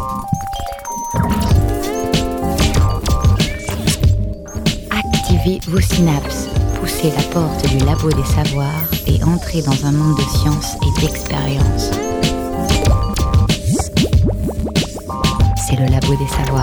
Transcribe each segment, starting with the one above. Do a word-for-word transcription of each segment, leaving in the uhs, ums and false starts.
Activez vos synapses, poussez la porte du labo des savoirs et entrez dans un monde de science et d'expérience. C'est le labo des savoirs.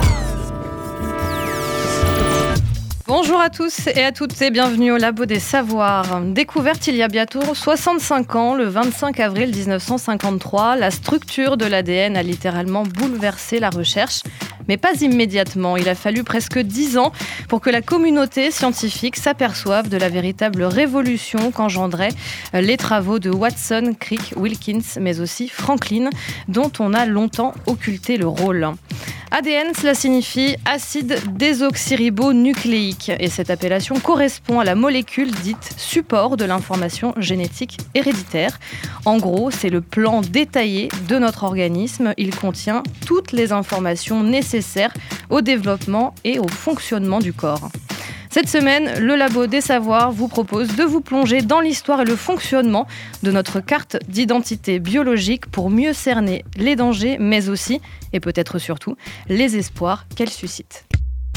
Bonjour à tous et à toutes et bienvenue au Labo des Savoirs. Découverte il y a bientôt soixante-cinq ans, le vingt-cinq avril dix-neuf cent cinquante-trois, la structure de l'A D N a littéralement bouleversé la recherche. Mais pas immédiatement, il a fallu presque dix ans pour que la communauté scientifique s'aperçoive de la véritable révolution qu'engendraient les travaux de Watson, Crick, Wilkins, mais aussi Franklin, dont on a longtemps occulté le rôle. A D N, cela signifie acide désoxyribonucléique et cette appellation correspond à la molécule dite support de l'information génétique héréditaire. En gros, c'est le plan détaillé de notre organisme. Il contient toutes les informations nécessaires au développement et au fonctionnement du corps. Cette semaine, le Labo des Savoirs vous propose de vous plonger dans l'histoire et le fonctionnement de notre carte d'identité biologique pour mieux cerner les dangers, mais aussi, et peut-être surtout, les espoirs qu'elle suscite.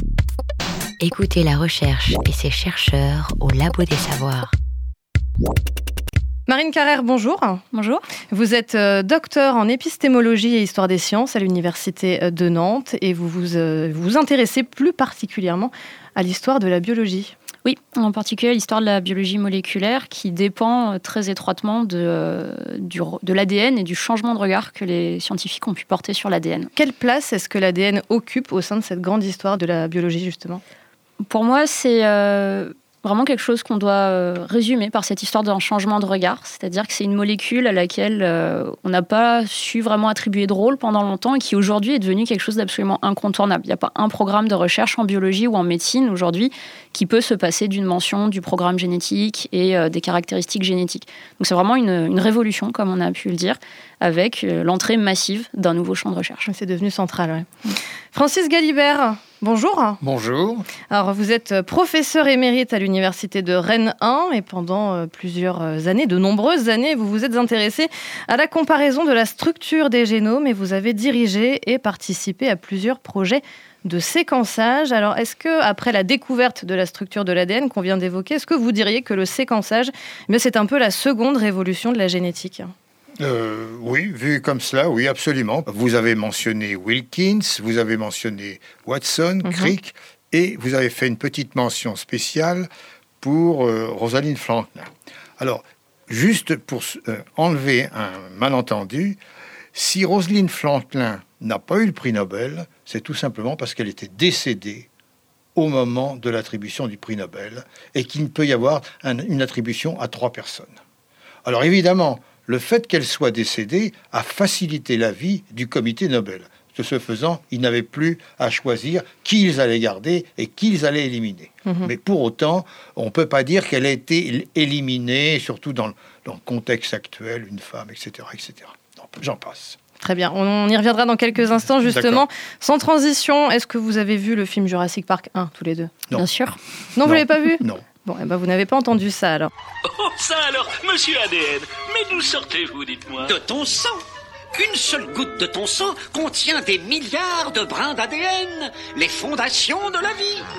Écoutez la recherche et ses chercheurs au Labo des Savoirs. Marine Carrère, bonjour. Bonjour. Vous êtes euh, docteur en épistémologie et histoire des sciences à l'université de Nantes et vous vous, euh, vous, vous intéressez plus particulièrement à l'histoire de la biologie. Oui, en particulier l'histoire de la biologie moléculaire qui dépend très étroitement de, euh, du, de l'A D N et du changement de regard que les scientifiques ont pu porter sur l'A D N. Quelle place est-ce que l'A D N occupe au sein de cette grande histoire de la biologie, justement ? Pour moi, c'est euh, vraiment quelque chose qu'on doit euh, résumer par cette histoire d'un changement de regard. C'est-à-dire que c'est une molécule à laquelle euh, on n'a pas su vraiment attribuer de rôle pendant longtemps et qui aujourd'hui est devenue quelque chose d'absolument incontournable. Il n'y a pas un programme de recherche en biologie ou en médecine aujourd'hui qui peut se passer d'une mention du programme génétique et euh, des caractéristiques génétiques. Donc c'est vraiment une, une révolution, comme on a pu le dire, avec euh, l'entrée massive d'un nouveau champ de recherche. C'est devenu central, ouais. Mmh. Francis Galibert, bonjour. Bonjour. Alors, vous êtes professeur émérite à l'université de Rennes un et pendant plusieurs années, de nombreuses années, vous vous êtes intéressé à la comparaison de la structure des génomes et vous avez dirigé et participé à plusieurs projets de séquençage. Alors, est-ce que, après la découverte de la structure de l'A D N qu'on vient d'évoquer, est-ce que vous diriez que le séquençage, mais c'est un peu la seconde révolution de la génétique ? Euh, oui, vu comme cela, oui, absolument. Vous avez mentionné Wilkins, vous avez mentionné Watson, mm-hmm. Crick, et vous avez fait une petite mention spéciale pour euh, Rosalind Franklin. Alors, juste pour euh, enlever un malentendu, si Rosalind Franklin n'a pas eu le prix Nobel, c'est tout simplement parce qu'elle était décédée au moment de l'attribution du prix Nobel et qu'il ne peut y avoir un, une attribution à trois personnes. Alors évidemment, le fait qu'elle soit décédée a facilité la vie du comité Nobel. De ce faisant, ils n'avaient plus à choisir qui ils allaient garder et qui ils allaient éliminer. Mmh. Mais pour autant, on ne peut pas dire qu'elle a été éliminée, surtout dans le, dans le contexte actuel, une femme, et cetera, et cetera. Donc, j'en passe. Très bien, on y reviendra dans quelques instants justement. D'accord. Sans transition, est-ce que vous avez vu le film Jurassic Park un, tous les deux ? Non. Bien sûr. Non, non. Vous ne l'avez pas vu ? Non. Bon, eh ben vous n'avez pas entendu ça alors. Oh, ça alors, monsieur A D N, mais d'où sortez-vous, dites-moi ? De ton sang. Une seule goutte de ton sang contient des milliards de brins d'A D N, les fondations de la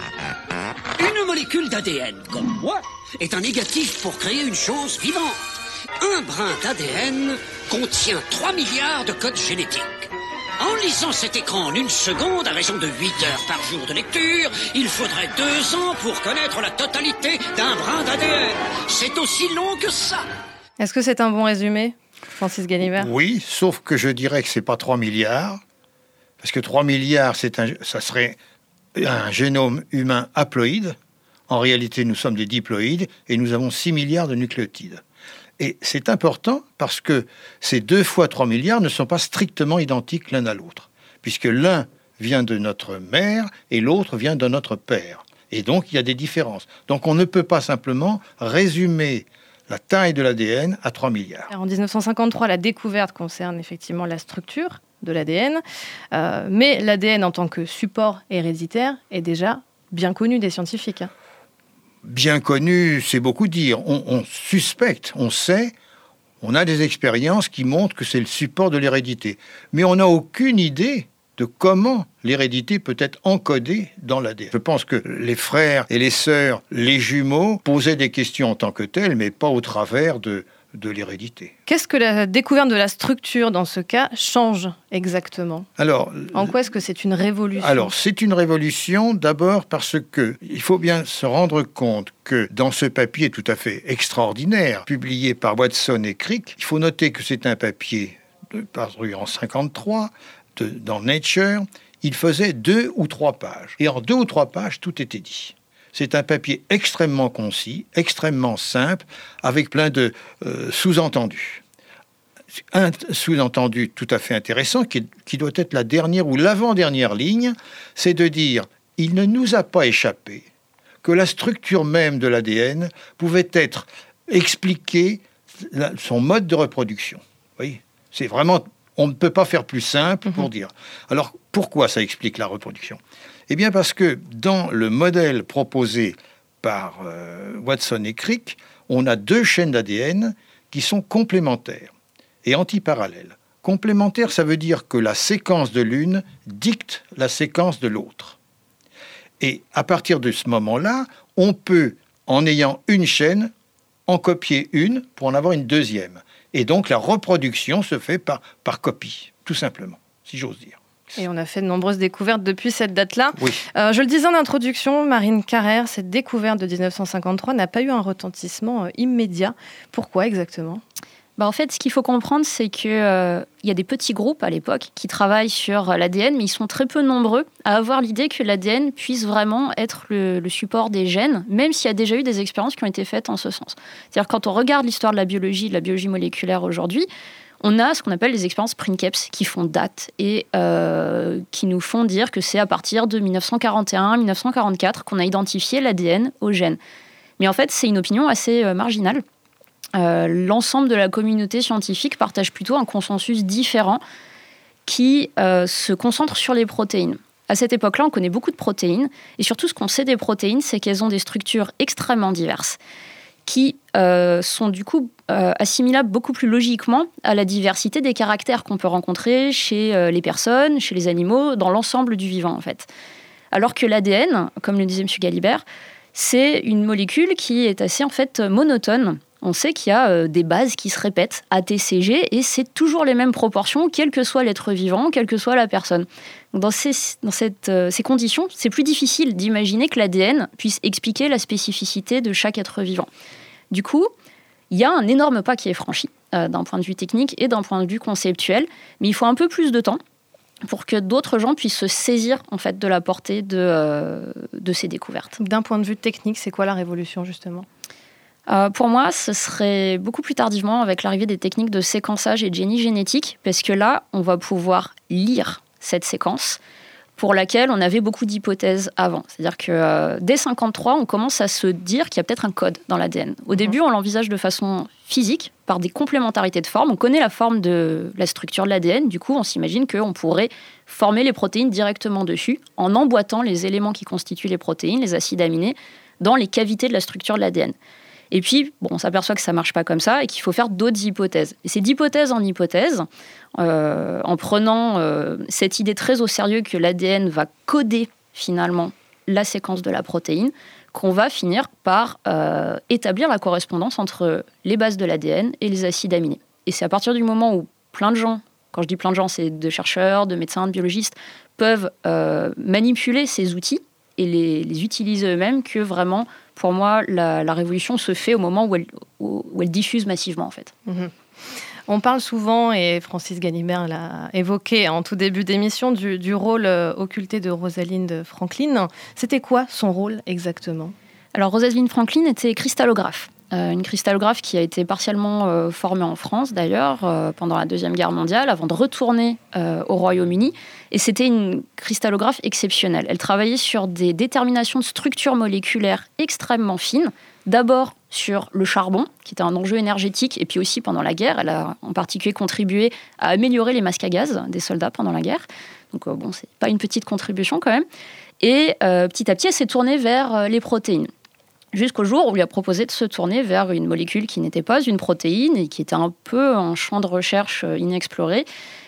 vie. Une molécule d'A D N, comme moi, est un négatif pour créer une chose vivante. Un brin d'A D N contient trois milliards de codes génétiques. En lisant cet écran en une seconde, à raison de huit heures par jour de lecture, il faudrait deux ans pour connaître la totalité d'un brin d'A D N. C'est aussi long que ça. Est-ce que c'est un bon résumé, Francis Galibert ? Oui, sauf que je dirais que c'est pas trois milliards, parce que trois milliards, c'est un, ça serait un génome humain haploïde. En réalité, nous sommes des diploïdes et nous avons six milliards de nucléotides. Et c'est important parce que ces deux fois trois milliards ne sont pas strictement identiques l'un à l'autre, puisque l'un vient de notre mère et l'autre vient de notre père. Et donc, il y a des différences. Donc, on ne peut pas simplement résumer la taille de l'A D N à trois milliards. En dix-neuf cent cinquante-trois, la découverte concerne effectivement la structure de l'A D N, euh, mais l'A D N en tant que support héréditaire est déjà bien connu des scientifiques. Hein. Bien connu, c'est beaucoup dire. On, on suspecte, on sait, on a des expériences qui montrent que c'est le support de l'hérédité. Mais on n'a aucune idée de comment l'hérédité peut être encodée dans l'A D N. Je pense que les frères et les sœurs, les jumeaux, posaient des questions en tant que telles, mais pas au travers de, de l'hérédité. Qu'est-ce que la découverte de la structure, dans ce cas, change exactement ? Alors, en quoi est-ce que c'est une révolution ? Alors, c'est une révolution d'abord parce que il faut bien se rendre compte que dans ce papier tout à fait extraordinaire, publié par Watson et Crick, il faut noter que c'est un papier de, paru en cinquante-trois, de, dans Nature, il faisait deux ou trois pages. Et en deux ou trois pages, tout était dit. C'est un papier extrêmement concis, extrêmement simple, avec plein de euh, sous-entendus. Un sous-entendu tout à fait intéressant, qui, qui doit être la dernière ou l'avant-dernière ligne, c'est de dire « il ne nous a pas échappé que la structure même de l'A D N pouvait être expliquée, la, son mode de reproduction. » Vous voyez, c'est vraiment... On ne peut pas faire plus simple pour dire. Alors, pourquoi ça explique la reproduction ? Eh bien, parce que dans le modèle proposé par euh, Watson et Crick, on a deux chaînes d'A D N qui sont complémentaires et antiparallèles. Complémentaires, ça veut dire que la séquence de l'une dicte la séquence de l'autre. Et à partir de ce moment-là, on peut, en ayant une chaîne, en copier une pour en avoir une deuxième. Et donc, la reproduction se fait par, par copie, tout simplement, si j'ose dire. Et on a fait de nombreuses découvertes depuis cette date-là. Oui. Euh, je le disais en introduction, Marine Carrère, cette découverte de dix-neuf cent cinquante-trois n'a pas eu un retentissement euh, immédiat. Pourquoi exactement ? Bah en fait, ce qu'il faut comprendre, c'est qu'il euh, y a des petits groupes à l'époque qui travaillent sur l'A D N, mais ils sont très peu nombreux à avoir l'idée que l'A D N puisse vraiment être le, le support des gènes, même s'il y a déjà eu des expériences qui ont été faites en ce sens. C'est-à-dire quand on regarde l'histoire de la biologie, de la biologie moléculaire aujourd'hui, on a ce qu'on appelle les expériences Princeps qui font date et euh, qui nous font dire que c'est à partir de dix-neuf cent quarante et un dix-neuf cent quarante-quatre qu'on a identifié l'A D N aux gènes. Mais en fait, c'est une opinion assez euh, marginale. Euh, l'ensemble de la communauté scientifique partage plutôt un consensus différent qui euh, se concentre sur les protéines. À cette époque-là, on connaît beaucoup de protéines, et surtout ce qu'on sait des protéines, c'est qu'elles ont des structures extrêmement diverses, qui euh, sont du coup euh, assimilables beaucoup plus logiquement à la diversité des caractères qu'on peut rencontrer chez euh, les personnes, chez les animaux, dans l'ensemble du vivant en fait. Alors que l'A D N, comme le disait M. Galibert, c'est une molécule qui est assez en fait monotone. On sait qu'il y a euh, des bases qui se répètent, A, T, C, G, et c'est toujours les mêmes proportions, quel que soit l'être vivant, quelle que soit la personne. Donc dans ces, dans cette, euh, ces conditions, c'est plus difficile d'imaginer que l'A D N puisse expliquer la spécificité de chaque être vivant. Du coup, il y a un énorme pas qui est franchi, euh, d'un point de vue technique et d'un point de vue conceptuel, mais il faut un peu plus de temps pour que d'autres gens puissent se saisir en fait, de la portée de, euh, de ces découvertes. D'un point de vue technique, c'est quoi la révolution justement ? Euh, pour moi, ce serait beaucoup plus tardivement avec l'arrivée des techniques de séquençage et de génie génétique, parce que là, on va pouvoir lire cette séquence pour laquelle on avait beaucoup d'hypothèses avant. C'est-à-dire que euh, dès cinquante-trois, on commence à se dire qu'il y a peut-être un code dans l'A D N. Au début, on l'envisage de façon physique, par des complémentarités de forme. On connaît la forme de la structure de l'A D N, du coup, on s'imagine qu'on pourrait former les protéines directement dessus, en emboîtant les éléments qui constituent les protéines, les acides aminés, dans les cavités de la structure de l'A D N. Et puis, bon, on s'aperçoit que ça ne marche pas comme ça et qu'il faut faire d'autres hypothèses. Et c'est d'hypothèse en hypothèse, euh, en prenant euh, cette idée très au sérieux que l'A D N va coder finalement la séquence de la protéine, qu'on va finir par euh, établir la correspondance entre les bases de l'A D N et les acides aminés. Et c'est à partir du moment où plein de gens, quand je dis plein de gens, c'est de chercheurs, de médecins, de biologistes, peuvent euh, manipuler ces outils et les, les utiliser eux-mêmes que vraiment... Pour moi, la, la révolution se fait au moment où elle, où, où elle diffuse massivement, en fait. Mmh. On parle souvent, et Francis Galibert l'a évoqué en tout début d'émission, du, du rôle euh, occulté de Rosalind Franklin. C'était quoi son rôle exactement ? Alors, Rosalind Franklin était cristallographe. Euh, une cristallographe qui a été partiellement euh, formée en France, d'ailleurs, euh, pendant la Deuxième Guerre mondiale, avant de retourner euh, au Royaume-Uni. Et c'était une cristallographe exceptionnelle. Elle travaillait sur des déterminations de structures moléculaires extrêmement fines. D'abord sur le charbon, qui était un enjeu énergétique, et puis aussi pendant la guerre. Elle a en particulier contribué à améliorer les masques à gaz des soldats pendant la guerre. Donc euh, bon, c'est pas une petite contribution quand même. Et euh, petit à petit, elle s'est tournée vers euh, les protéines. Jusqu'au jour où on lui a proposé de se tourner vers une molécule qui n'était pas une protéine et qui était un peu un champ de recherche inexploré,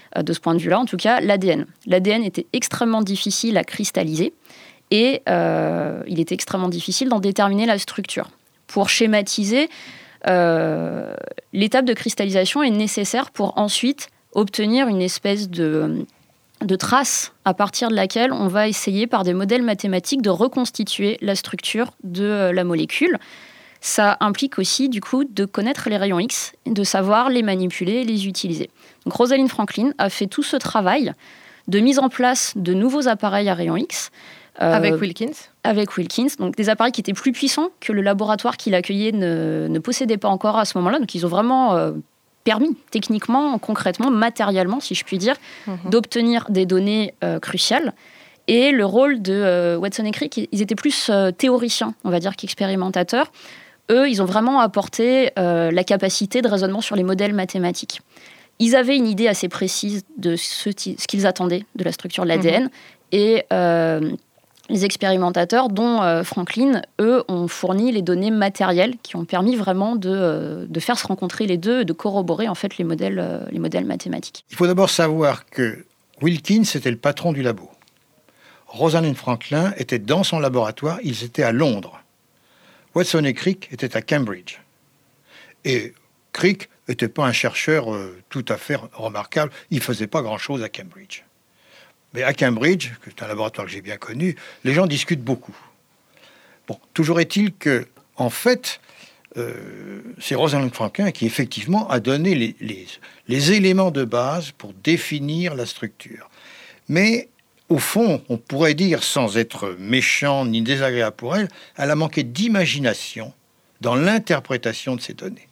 euh, de ce point de vue-là, en tout cas, l'A D N. L'A D N était extrêmement difficile à cristalliser et euh, il était extrêmement difficile d'en déterminer la structure. Pour schématiser, euh, l'étape de cristallisation est nécessaire pour ensuite obtenir une espèce de, de trace à partir de laquelle on va essayer par des modèles mathématiques de reconstituer la structure de la molécule. Ça implique aussi du coup de connaître les rayons X, de savoir les manipuler et les utiliser. Donc Rosalind Franklin a fait tout ce travail de mise en place de nouveaux appareils à rayons X. Euh, avec Wilkins Avec Wilkins, donc des appareils qui étaient plus puissants que le laboratoire qui l'accueillait ne, ne possédait pas encore à ce moment-là. Donc ils ont vraiment euh, permis, techniquement, concrètement, matériellement, si je puis dire, mm-hmm. d'obtenir des données euh, cruciales. Et le rôle de euh, Watson et Crick, ils étaient plus euh, théoriciens, on va dire, qu'expérimentateurs. Eux, ils ont vraiment apporté euh, la capacité de raisonnement sur les modèles mathématiques. Ils avaient une idée assez précise de ce, ce qu'ils attendaient de la structure de l'A D N. Mm-hmm. Et euh, les expérimentateurs, dont euh, Franklin, eux, ont fourni les données matérielles qui ont permis vraiment de, euh, de faire se rencontrer les deux, de corroborer en fait les modèles, euh, les modèles mathématiques. Il faut d'abord savoir que Wilkins était le patron du labo. Rosalind Franklin était dans son laboratoire, ils étaient à Londres. Watson et Crick étaient à Cambridge. Et Crick n'était pas un chercheur euh, tout à fait remarquable, il ne faisait pas grand-chose à Cambridge. Mais à Cambridge, qui est un laboratoire que j'ai bien connu, les gens discutent beaucoup. Bon, toujours est-il que, en fait, euh, c'est Rosalind Franklin qui, effectivement, a donné les, les, les éléments de base pour définir la structure. Mais, au fond, on pourrait dire, sans être méchant ni désagréable pour elle, elle a manqué d'imagination dans l'interprétation de ces données.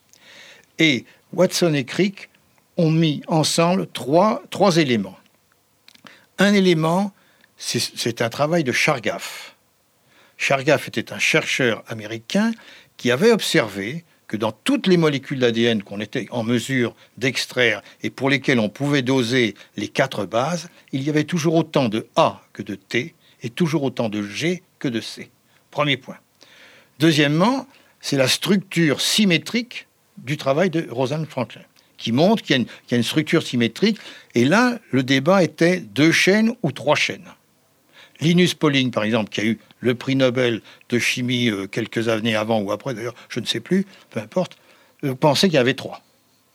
Et Watson et Crick ont mis ensemble trois, trois éléments. Un élément, c'est, c'est un travail de Chargaff. Chargaff était un chercheur américain qui avait observé que dans toutes les molécules d'A D N qu'on était en mesure d'extraire et pour lesquelles on pouvait doser les quatre bases, il y avait toujours autant de A que de T et toujours autant de G que de C. Premier point. Deuxièmement, c'est la structure symétrique du travail de Rosalind Franklin, qui montre qu'il y, a une, qu'il y a une structure symétrique. Et là, le débat était deux chaînes ou trois chaînes. Linus Pauling, par exemple, qui a eu le prix Nobel de chimie euh, quelques années avant ou après, d'ailleurs, je ne sais plus, peu importe, euh, pensait qu'il y avait trois.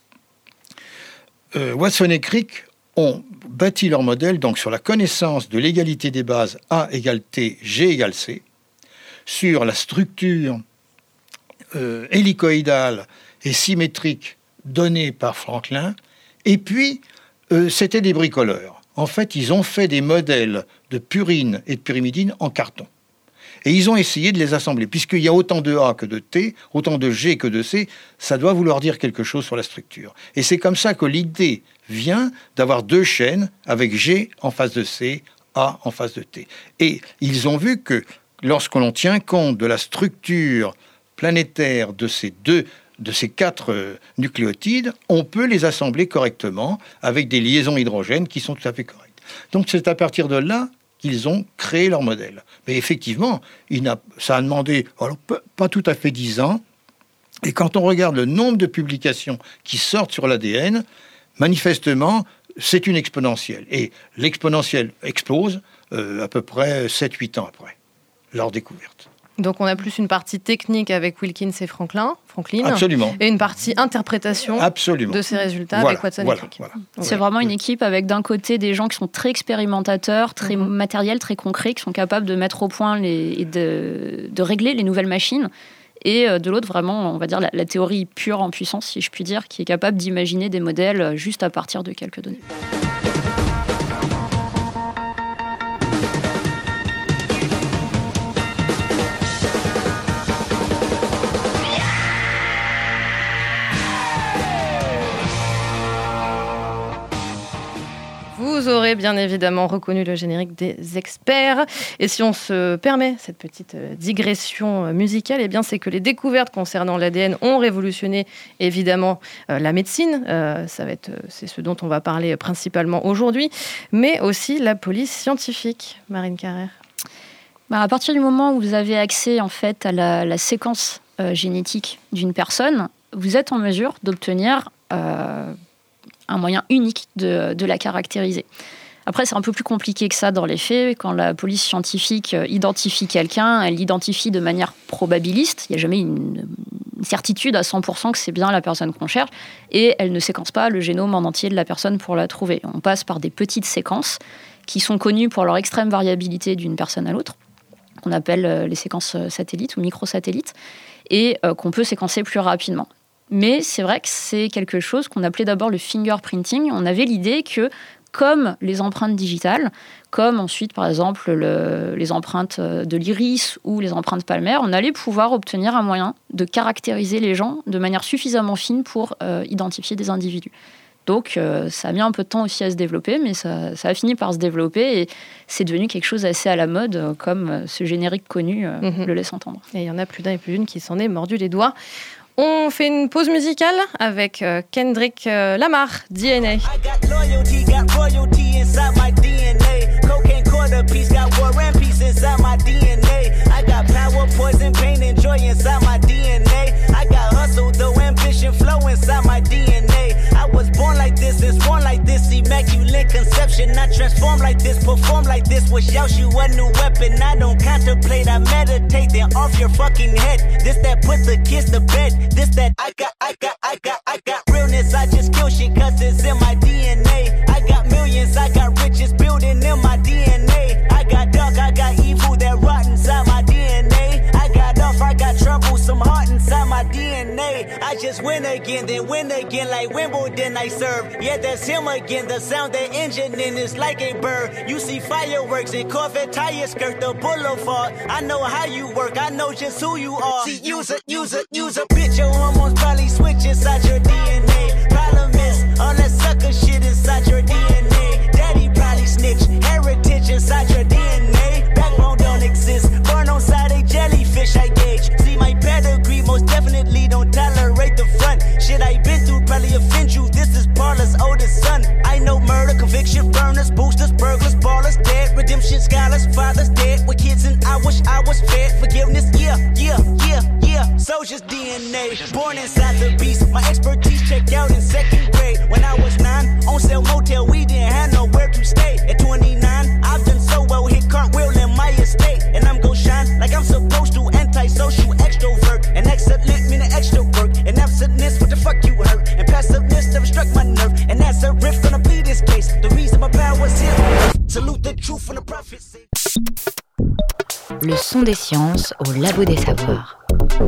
Euh, Watson et Crick ont bâti leur modèle donc sur la connaissance de l'égalité des bases A égale T, G égale C, sur la structure euh, hélicoïdale et symétrique donnée par Franklin, et puis euh, c'était des bricoleurs. En fait, ils ont fait des modèles de purine et de pyrimidine en carton. Et ils ont essayé de les assembler. Puisqu'il y a autant de A que de T, autant de G que de C, ça doit vouloir dire quelque chose sur la structure. Et c'est comme ça que l'idée vient d'avoir deux chaînes avec G en face de C, A en face de T. Et ils ont vu que lorsque l'on tient compte de la structure planétaire de ces deux de ces quatre euh, nucléotides, on peut les assembler correctement avec des liaisons hydrogènes qui sont tout à fait correctes. Donc c'est à partir de là qu'ils ont créé leur modèle. Mais effectivement, il n'a, ça a demandé alors, pas tout à fait dix ans. Et quand on regarde le nombre de publications qui sortent sur l'A D N, manifestement, c'est une exponentielle. Et l'exponentielle explose euh, à peu près sept huit ans après leur découverte. Donc on a plus une partie technique avec Wilkins et Franklin, Franklin Absolument. Et une partie interprétation Absolument. de ces résultats voilà, avec Watson voilà, et Crick. Voilà. C'est vraiment une équipe avec d'un côté des gens qui sont très expérimentateurs, très mm-hmm. matériels, très concrets, qui sont capables de mettre au point les, et de, de régler les nouvelles machines. Et de l'autre, vraiment, on va dire la, la théorie pure en puissance, si je puis dire, qui est capable d'imaginer des modèles juste à partir de quelques données. Vous aurez bien évidemment reconnu le générique des experts. Et si on se permet cette petite digression musicale, eh bien c'est que les découvertes concernant l'A D N ont révolutionné évidemment euh, la médecine. Euh, ça va être, c'est ce dont on va parler principalement aujourd'hui, mais aussi la police scientifique. Marine Carrère. Bah, à partir du moment où vous avez accès en fait à la, la séquence euh, génétique d'une personne, vous êtes en mesure d'obtenir euh, un moyen unique de, de la caractériser. Après, c'est un peu plus compliqué que ça dans les faits. Quand la police scientifique identifie quelqu'un, elle l'identifie de manière probabiliste. Il n'y a jamais une, une certitude à cent pour cent que c'est bien la personne qu'on cherche. Et elle ne séquence pas le génome en entier de la personne pour la trouver. On passe par des petites séquences qui sont connues pour leur extrême variabilité d'une personne à l'autre, qu'on appelle les séquences satellites ou microsatellites, et euh, qu'on peut séquencer plus rapidement. Mais c'est vrai que c'est quelque chose qu'on appelait d'abord le fingerprinting. On avait l'idée que, comme les empreintes digitales, comme ensuite, par exemple, le, les empreintes de l'iris ou les empreintes palmaires, on allait pouvoir obtenir un moyen de caractériser les gens de manière suffisamment fine pour euh, identifier des individus. Donc, euh, ça a mis un peu de temps aussi à se développer, mais ça, ça a fini par se développer et c'est devenu quelque chose assez à la mode, euh, comme ce générique connu euh, mm-hmm. le laisse entendre. Et il y en a plus d'un et plus d'une qui s'en est mordu les doigts. On fait une pause musicale avec euh, Kendrick euh, Lamar, D N A. Conception, I transform like this, perform like this. Was Yaoshu a new weapon? I don't contemplate, I meditate. Then off your fucking head. This that put the kids to bed. This that I got, I got, I got, I got realness. I just kill shit cause it's in my D N A. I got millions, I got riches building in my D N A. I got dark, I got evil that rot inside my D N A. I got off, I got trouble, some heart inside my D N A. I just win again, then win again like Wimbledon I serve. Yeah, that's him again, the sound that engine in is like a bird. You see fireworks and Corvette tires skirt the boulevard. I know how you work, I know just who you are. See, use a, use a, use a bitch, your hormones probably switch inside your D N A. Problem is, all that sucker shit inside your D N A. Daddy probably snitch, heritage inside your D N A. Backbone don't exist, burn on side a jellyfish I gauge. See my pedigree, most definitely don't tolerate the front. Shit I been through probably offend you, this is Paula's oldest son. I know murder, conviction, burners, boosters, burglars, ballers, dead, redemption, scholars, fathers dead, with kids and I wish I was fed. Forgiveness, yeah, yeah, yeah, yeah. Soldier's D N A, born inside the beast. My expertise checked out in second grade. When I was nine, on sale motel, we didn't have nowhere to stay. At twenty-nine, I've done so well, hit cartwheel in my estate. And I'm gon' shine like I'm supposed to, antisocial extrovert. And excellent meaning extra work. And absentness, what the fuck you hurt? And passiveness never struck my nerve. And that's a riff gonna be this case. The reason my power's here. Salute the truth from the prophets. Le son des sciences au Labo des Savoirs.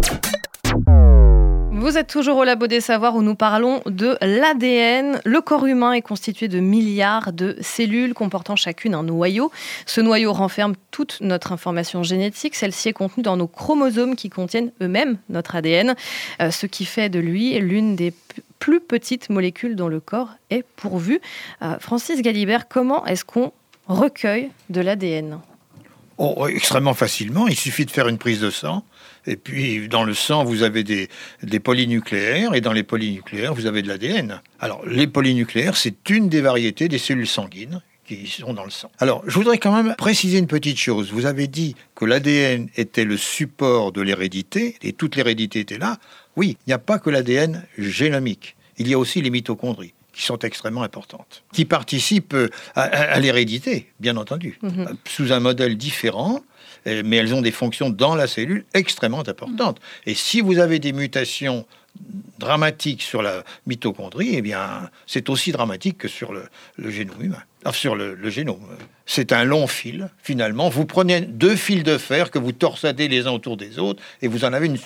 Vous êtes toujours au Labo des Savoirs où nous parlons de l'A D N. Le corps humain est constitué de milliards de cellules comportant chacune un noyau. Ce noyau renferme toute notre information génétique. Celle-ci est contenue dans nos chromosomes qui contiennent eux-mêmes notre A D N, euh, ce qui fait de lui l'une des p- plus petites molécules dont le corps est pourvu. Euh, Francis Galibert, comment est-ce qu'on recueille de l'A D N ? Oh, extrêmement facilement. Il suffit de faire une prise de sang. Et puis, dans le sang, vous avez des, des polynucléaires. Et dans les polynucléaires, vous avez de l'A D N. Alors, les polynucléaires, c'est une des variétés des cellules sanguines qui sont dans le sang. Alors, je voudrais quand même préciser une petite chose. Vous avez dit que l'A D N était le support de l'hérédité. Et toute l'hérédité était là. Oui, il n'y a pas que l'A D N génomique. Il y a aussi les mitochondries, qui sont extrêmement importantes, qui participent à, à, à l'hérédité, bien entendu, mmh. sous un modèle différent, mais elles ont des fonctions dans la cellule extrêmement importantes. Mmh. Et si vous avez des mutations dramatiques sur la mitochondrie, eh bien, c'est aussi dramatique que sur le, le génome humain. Enfin, sur le, le génome. C'est un long fil, finalement. Vous prenez deux fils de fer que vous torsadez les uns autour des autres, et vous en avez une...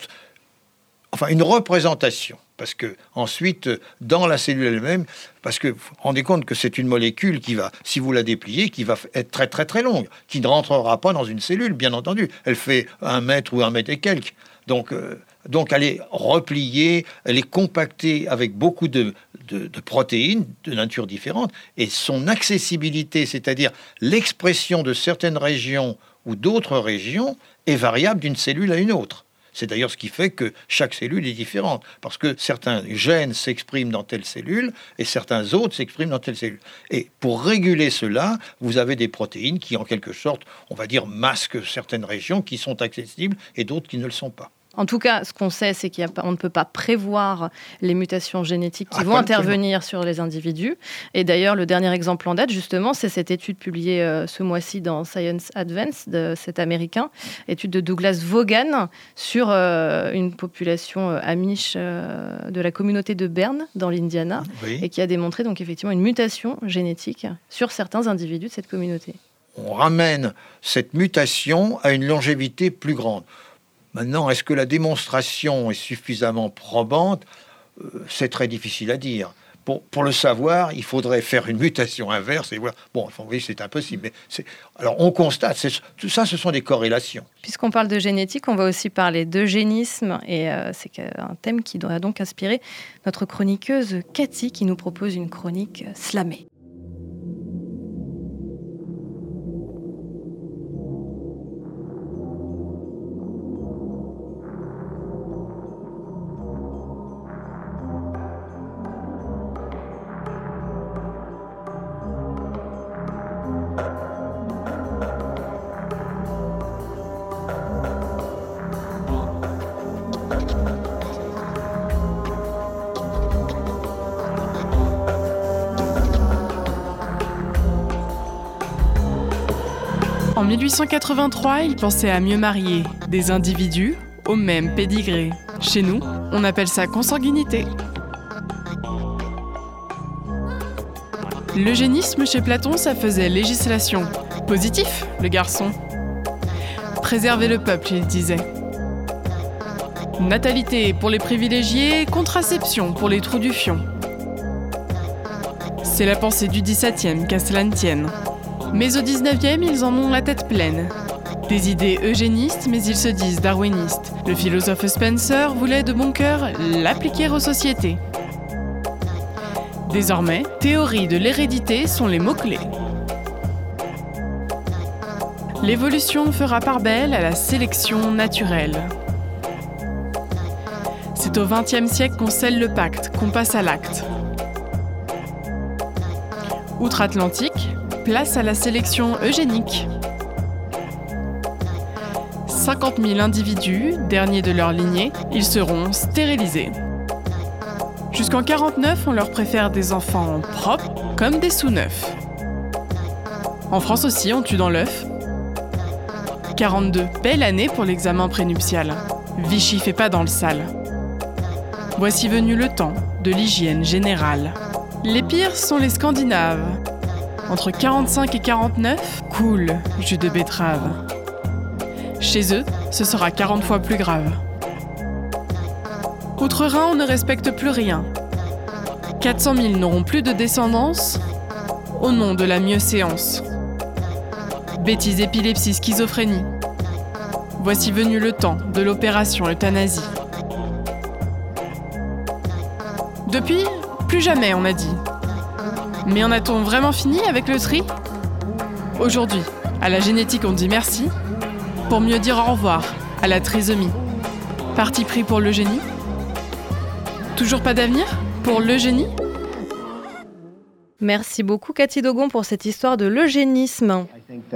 Enfin, une représentation, parce que ensuite, dans la cellule elle-même, parce que vous vous rendez compte que c'est une molécule qui va, si vous la dépliez, qui va être très très très longue, qui ne rentrera pas dans une cellule, bien entendu. Elle fait un mètre ou un mètre et quelques. Donc, euh, donc elle est repliée, elle est compactée avec beaucoup de, de, de protéines de nature différente, et son accessibilité, c'est-à-dire l'expression de certaines régions ou d'autres régions, est variable d'une cellule à une autre. C'est d'ailleurs ce qui fait que chaque cellule est différente, parce que certains gènes s'expriment dans telle cellule et certains autres s'expriment dans telle cellule. Et pour réguler cela, vous avez des protéines qui, en quelque sorte, on va dire, masquent certaines régions qui sont accessibles et d'autres qui ne le sont pas. En tout cas, ce qu'on sait, c'est qu'on ne peut pas prévoir les mutations génétiques qui Ah, vont pas intervenir sur les individus. Et d'ailleurs, le dernier exemple en date, justement, c'est cette étude publiée euh, ce mois-ci dans Science Advance, de cet américain, étude de Douglas Vaughan sur euh, une population euh, amish euh, de la communauté de Berne, dans l'Indiana, Oui. et qui a démontré donc effectivement une mutation génétique sur certains individus de cette communauté. On ramène cette mutation à une longévité plus grande. Maintenant, est-ce que la démonstration est suffisamment probante ? euh, C'est très difficile à dire. Pour, pour le savoir, il faudrait faire une mutation inverse et voir. Bon, enfin, oui, c'est impossible. Mais c'est... Alors, on constate, c'est... tout ça, ce sont des corrélations. Puisqu'on parle de génétique, on va aussi parler d'eugénisme. Et euh, c'est un thème qui doit donc inspirer notre chroniqueuse Cathy, qui nous propose une chronique slamée. En mille huit cent quatre-vingt-trois, il pensait à mieux marier des individus au même pédigré. Chez nous, on appelle ça consanguinité. L'eugénisme chez Platon, ça faisait législation. Positif, le garçon. Préserver le peuple, il disait. Natalité pour les privilégiés, contraception pour les trous du fion. C'est la pensée du dix-septième, qu'à cela ne tienne. Mais au dix-neuvième, ils en ont la tête pleine. Des idées eugénistes, mais ils se disent darwinistes. Le philosophe Spencer voulait de bon cœur l'appliquer aux sociétés. Désormais, théorie de l'hérédité sont les mots-clés. L'évolution fera part belle à la sélection naturelle. C'est au vingtième siècle qu'on scelle le pacte, qu'on passe à l'acte. Outre-Atlantique, place à la sélection eugénique. cinquante mille individus, derniers de leur lignée, ils seront stérilisés. Jusqu'en quarante-neuf, on leur préfère des enfants propres comme des sous-neufs. En France aussi, on tue dans l'œuf. quarante-deux, belle année pour l'examen prénuptial. Vichy fait pas dans le sale. Voici venu le temps de l'hygiène générale. Les pires sont les Scandinaves. Entre quarante-cinq et quarante-neuf, cool, jus de betterave. Chez eux, ce sera quarante fois plus grave. Outre-Rhin, on ne respecte plus rien. quatre cent mille n'auront plus de descendance au nom de la mieux-séance. Bêtise, épilepsie, schizophrénie. Voici venu le temps de l'opération euthanasie. Depuis, plus jamais, on a dit. Mais en a-t-on vraiment fini avec le tri ? Aujourd'hui, à la génétique, on dit merci, pour mieux dire au revoir à la trisomie. Parti pris pour l'eugénie ? Toujours pas d'avenir pour l'eugénie ? Merci beaucoup Cathy Dogon pour cette histoire de l'eugénisme.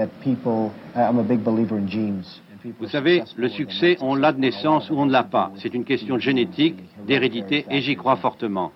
Vous savez, le succès, on l'a de naissance ou on ne l'a pas. C'est une question de génétique, d'hérédité, et j'y crois fortement.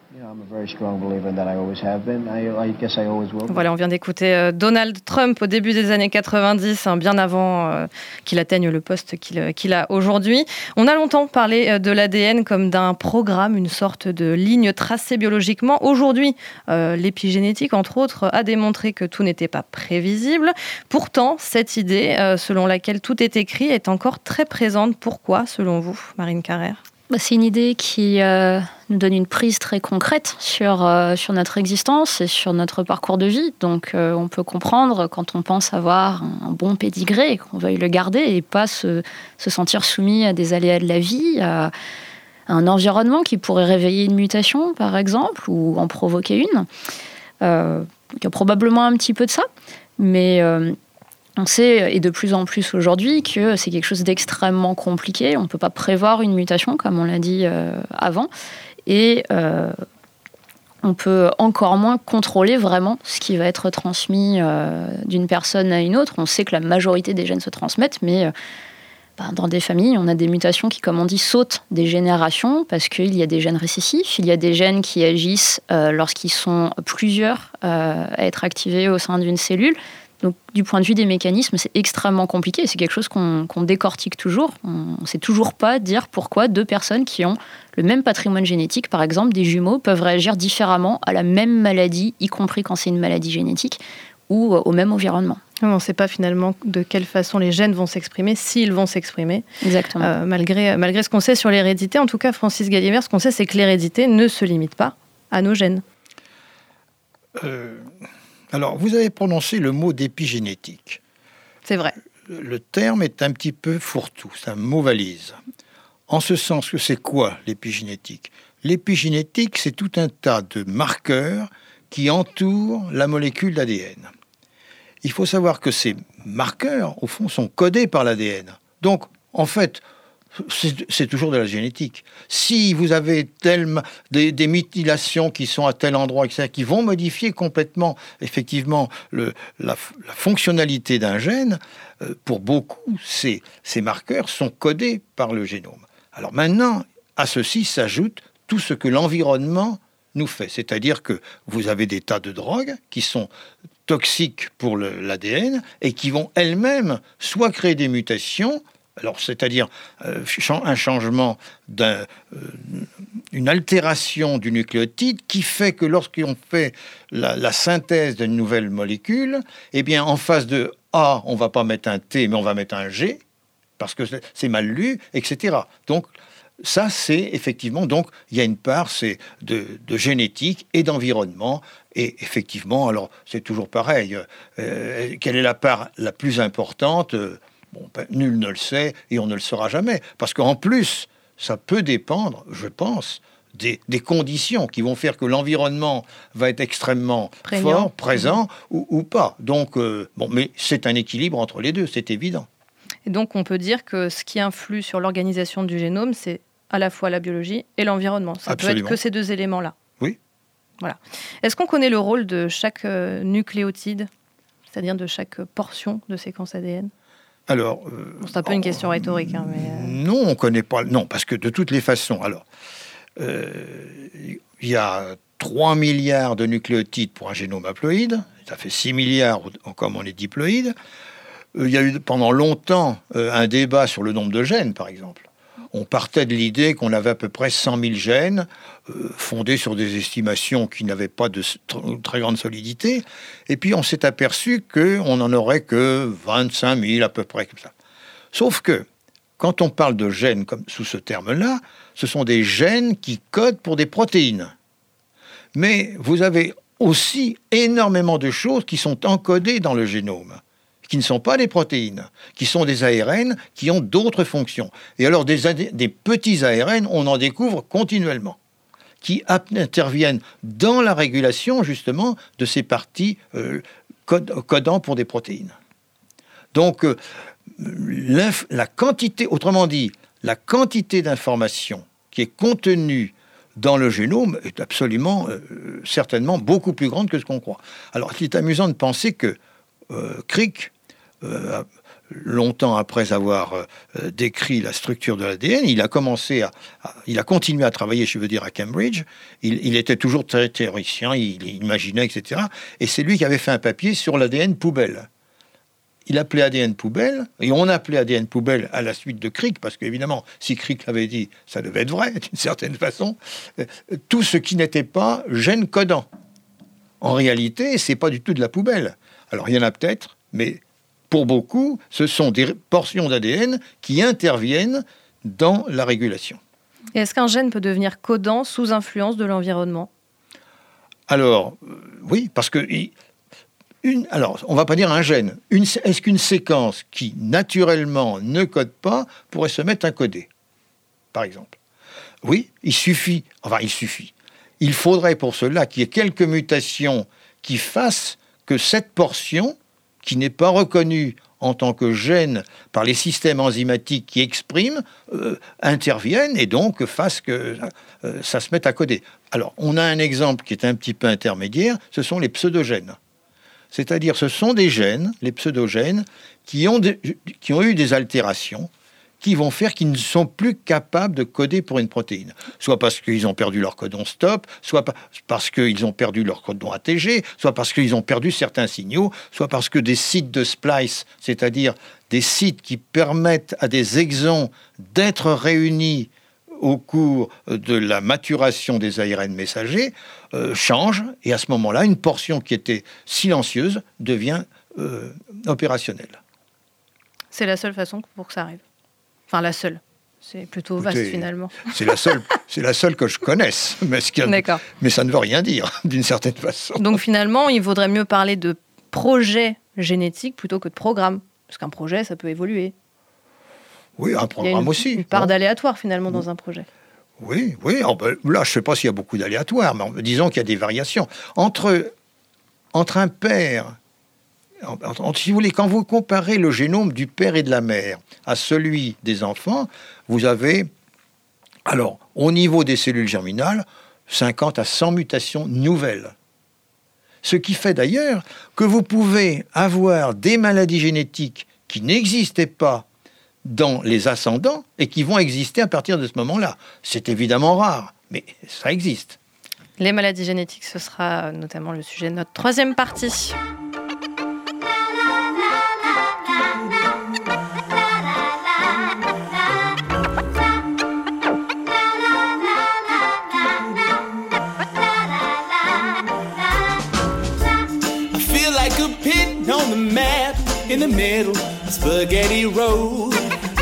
Voilà, on vient d'écouter euh, Donald Trump au début des années quatre-vingt-dix, hein, bien avant euh, qu'il atteigne le poste qu'il, qu'il a aujourd'hui. On a longtemps parlé euh, de l'A D N comme d'un programme, une sorte de ligne tracée biologiquement. Aujourd'hui, euh, l'épigénétique, entre autres, a démontré que tout n'était pas prévisible. Pourtant, cette idée, euh, selon laquelle tout est écrit, est encore très présente. Pourquoi, selon vous, Marine Carrère ? C'est une idée qui euh, nous donne une prise très concrète sur, euh, sur notre existence et sur notre parcours de vie. Donc euh, on peut comprendre quand on pense avoir un bon pédigré, qu'on veuille le garder et pas se, se sentir soumis à des aléas de la vie, à, à un environnement qui pourrait réveiller une mutation, par exemple, ou en provoquer une. Euh, il y a probablement un petit peu de ça, mais... Euh, On sait, et de plus en plus aujourd'hui, que c'est quelque chose d'extrêmement compliqué. On ne peut pas prévoir une mutation, comme on l'a dit euh, avant. Et euh, on peut encore moins contrôler vraiment ce qui va être transmis euh, d'une personne à une autre. On sait que la majorité des gènes se transmettent, mais euh, ben, dans des familles, on a des mutations qui, comme on dit, sautent des générations parce qu'il y a des gènes récessifs, il y a des gènes qui agissent euh, lorsqu'ils sont plusieurs euh, à être activés au sein d'une cellule. Donc, du point de vue des mécanismes, c'est extrêmement compliqué. C'est quelque chose qu'on, qu'on décortique toujours. On ne sait toujours pas dire pourquoi deux personnes qui ont le même patrimoine génétique, par exemple des jumeaux, peuvent réagir différemment à la même maladie, y compris quand c'est une maladie génétique, ou au même environnement. On ne sait pas finalement de quelle façon les gènes vont s'exprimer, s'ils vont s'exprimer. Exactement. Euh, malgré, malgré ce qu'on sait sur l'hérédité, en tout cas, Francis Galiévert, ce qu'on sait, c'est que l'hérédité ne se limite pas à nos gènes. Euh... Alors, vous avez prononcé le mot d'épigénétique. C'est vrai. Le terme est un petit peu fourre-tout, c'est un mot valise. En ce sens que c'est quoi l'épigénétique ? L'épigénétique, c'est tout un tas de marqueurs qui entourent la molécule d'A D N. Il faut savoir que ces marqueurs, au fond, sont codés par l'A D N. Donc, en fait, c'est, c'est toujours de la génétique. Si vous avez tel, des, des mutilations qui sont à tel endroit, et cetera, qui vont modifier complètement, effectivement, le, la, la fonctionnalité d'un gène, euh, pour beaucoup, ces, ces marqueurs sont codés par le génome. Alors maintenant, à ceci s'ajoute tout ce que l'environnement nous fait. C'est-à-dire que vous avez des tas de drogues qui sont toxiques pour le, l'A D N et qui vont elles-mêmes soit créer des mutations, alors, c'est-à-dire euh, un changement, d'un, euh, une altération du nucléotide qui fait que lorsqu'on fait la, la synthèse d'une nouvelle molécule, eh bien, en face de A, on ne va pas mettre un T, mais on va mettre un G, parce que c'est, c'est mal lu, et cetera. Donc, ça, c'est effectivement, donc, il y a une part c'est de, de génétique et d'environnement. Et effectivement, alors, c'est toujours pareil. Euh, quelle est la part la plus importante ? Bon, ben, nul ne le sait et on ne le saura jamais. Parce qu'en plus, ça peut dépendre, je pense, des, des conditions qui vont faire que l'environnement va être extrêmement Prégnant. fort, présent mmh. ou, ou pas. Donc, euh, bon, mais c'est un équilibre entre les deux, c'est évident. Et donc, on peut dire que ce qui influe sur l'organisation du génome, c'est à la fois la biologie et l'environnement. Ça Absolument. peut être que ces deux éléments-là. Oui. Voilà. Est-ce qu'on connaît le rôle de chaque euh, nucléotide, c'est-à-dire de chaque portion de séquence A D N ? Alors, euh, bon, c'est un peu une question rhétorique. Hein, mais euh... Non, on ne connaît pas. Non, parce que de toutes les façons, alors, euh, il y a trois milliards de nucléotides pour un génome haploïde. Ça fait six milliards comme on est diploïde. Euh, il y a eu pendant longtemps euh, un débat sur le nombre de gènes, par exemple. On partait de l'idée qu'on avait à peu près cent mille gènes, euh, fondés sur des estimations qui n'avaient pas de tr- très grande solidité. Et puis, on s'est aperçu qu'on n'en aurait que vingt-cinq mille à peu près, comme ça. Sauf que, quand on parle de gènes comme sous ce terme-là, ce sont des gènes qui codent pour des protéines. Mais vous avez aussi énormément de choses qui sont encodées dans le génome, qui ne sont pas des protéines, qui sont des A R N, qui ont d'autres fonctions. Et alors, des, des petits A R N, on en découvre continuellement, qui interviennent dans la régulation, justement, de ces parties euh, cod- codant pour des protéines. Donc, euh, la quantité, autrement dit, la quantité d'informations qui est contenue dans le génome est absolument, euh, certainement, beaucoup plus grande que ce qu'on croit. Alors, il est amusant de penser que euh, Crick, Euh, longtemps après avoir euh, décrit la structure de l'A D N, il a commencé à, à, il a continué à travailler, je veux dire, à Cambridge. Il, il était toujours très théoricien, il, il imaginait, et cetera. Et c'est lui qui avait fait un papier sur l'A D N poubelle. Il appelait A D N poubelle, et on appelait A D N poubelle à la suite de Crick, parce qu'évidemment, si Crick l'avait dit, ça devait être vrai, d'une certaine façon. Euh, tout ce qui n'était pas gène codant. En réalité, c'est pas du tout de la poubelle. Alors, il y en a peut-être, mais pour beaucoup, ce sont des portions d'A D N qui interviennent dans la régulation. Et est-ce qu'un gène peut devenir codant sous influence de l'environnement ? Alors, euh, oui, parce que... Une, alors, on ne va pas dire un gène. Une, est-ce qu'une séquence qui, naturellement, ne code pas, pourrait se mettre à coder, par exemple ? Oui, il suffit... Enfin, il suffit. Il faudrait pour cela qu'il y ait quelques mutations qui fassent que cette portion, qui n'est pas reconnue en tant que gène par les systèmes enzymatiques qui expriment, euh, interviennent et donc fassent que euh, ça se mette à coder. Alors, on a un exemple qui est un petit peu intermédiaire, ce sont les pseudogènes. C'est-à-dire, ce sont des gènes, les pseudogènes, qui ont, de, qui ont eu des altérations, qui vont faire qu'ils ne sont plus capables de coder pour une protéine. Soit parce qu'ils ont perdu leur codon stop, soit parce qu'ils ont perdu leur codon A T G, soit parce qu'ils ont perdu certains signaux, soit parce que des sites de splice, c'est-à-dire des sites qui permettent à des exons d'être réunis au cours de la maturation des A R N messagers, euh, changent, et à ce moment-là, une portion qui était silencieuse devient euh, opérationnelle. C'est la seule façon pour que ça arrive. Enfin, la seule. C'est plutôt vaste, Écoutez, finalement. C'est la seule, c'est la seule que je connaisse. Mais, ce qu'il y a, D'accord. mais ça ne veut rien dire, d'une certaine façon. Donc, finalement, il vaudrait mieux parler de projet génétique plutôt que de programme. Parce qu'un projet, ça peut évoluer. Oui, un Il y a programme une, aussi. une part non d'aléatoire, finalement, dans un projet. Oui, oui. Oh ben, là, je ne sais pas s'il y a beaucoup d'aléatoires, mais disons qu'il y a des variations. Entre, entre un père... Entre, entre, si vous voulez, quand vous comparez le génome du père et de la mère à celui des enfants, vous avez, alors, au niveau des cellules germinales, cinquante à cent mutations nouvelles. Ce qui fait d'ailleurs que vous pouvez avoir des maladies génétiques qui n'existaient pas dans les ascendants et qui vont exister à partir de ce moment-là. C'est évidemment rare, mais ça existe. Les maladies génétiques, ce sera notamment le sujet de notre troisième partie. On the map, in the middle of Spaghetti Road.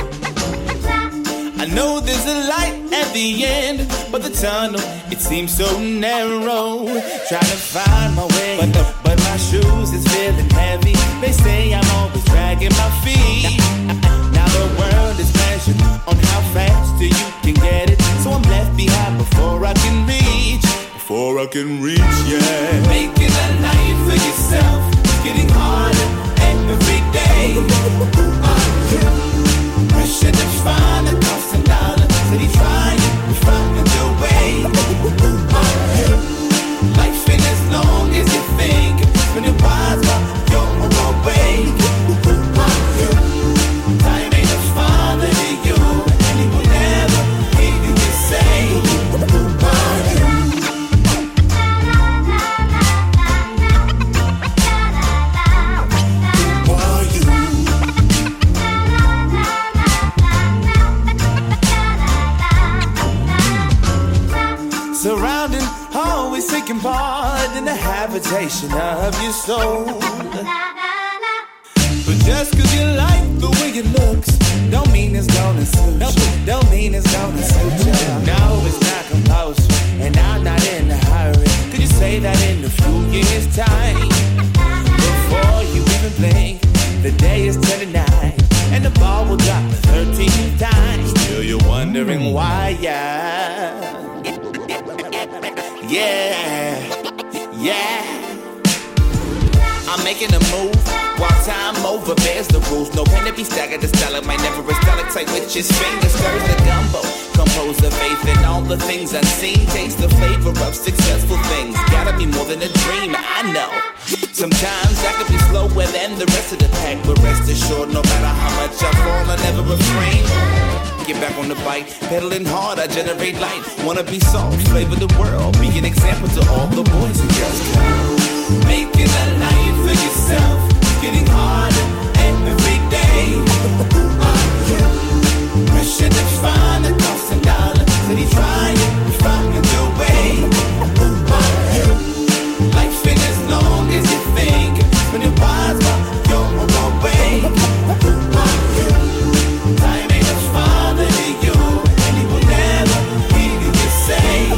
I know there's a light at the end, but the tunnel, it seems so narrow. Trying to find my way, but, the, but my shoes is feeling heavy. They say I'm always dragging my feet. Now the world is measured on how fast you can get it. So I'm left behind before I can reach, before I can reach, yeah. Making a life for yourself, getting harder every day. Pressure to find a constant dollar, steady trying to find your way. Life ain't as long as you think, spend it wise while you're on way. Time ain't a father to you, and he will never hear you say. Surrounding, always taking part in the habitation of your soul. But just cause you like the way it looks, don't mean it's gonna suit you. Don't mean it's gonna suit you. No, it's not compulsory, and I'm not in a hurry. Could you say that in a few years' time? Before you even blink, the day is turning nine, and the ball will drop thirteen times. Still you're wondering why, yeah. Yeah, yeah. I'm making a move while time over bears the rules. No pen to be staggered, the style might never a stalactite with his fingers. Stirs the gumbo, compose of faith in all the things unseen. Taste the flavor of successful things. Gotta be more than a dream, I know. Sometimes I could be slower than the rest of the pack, but rest assured, no matter how much I fall, I never refrain. Get back on the bike, pedaling hard, I generate light. Wanna be soft, flavor the world, be an example to all the boys and girls. Making a life for yourself, getting harder every day. Pressure to find a constant dollar, steady trying to find your way. Life ain't as long as you think, spend it wise while you're on your way. Time ain't a father to you, and he will never hear you say.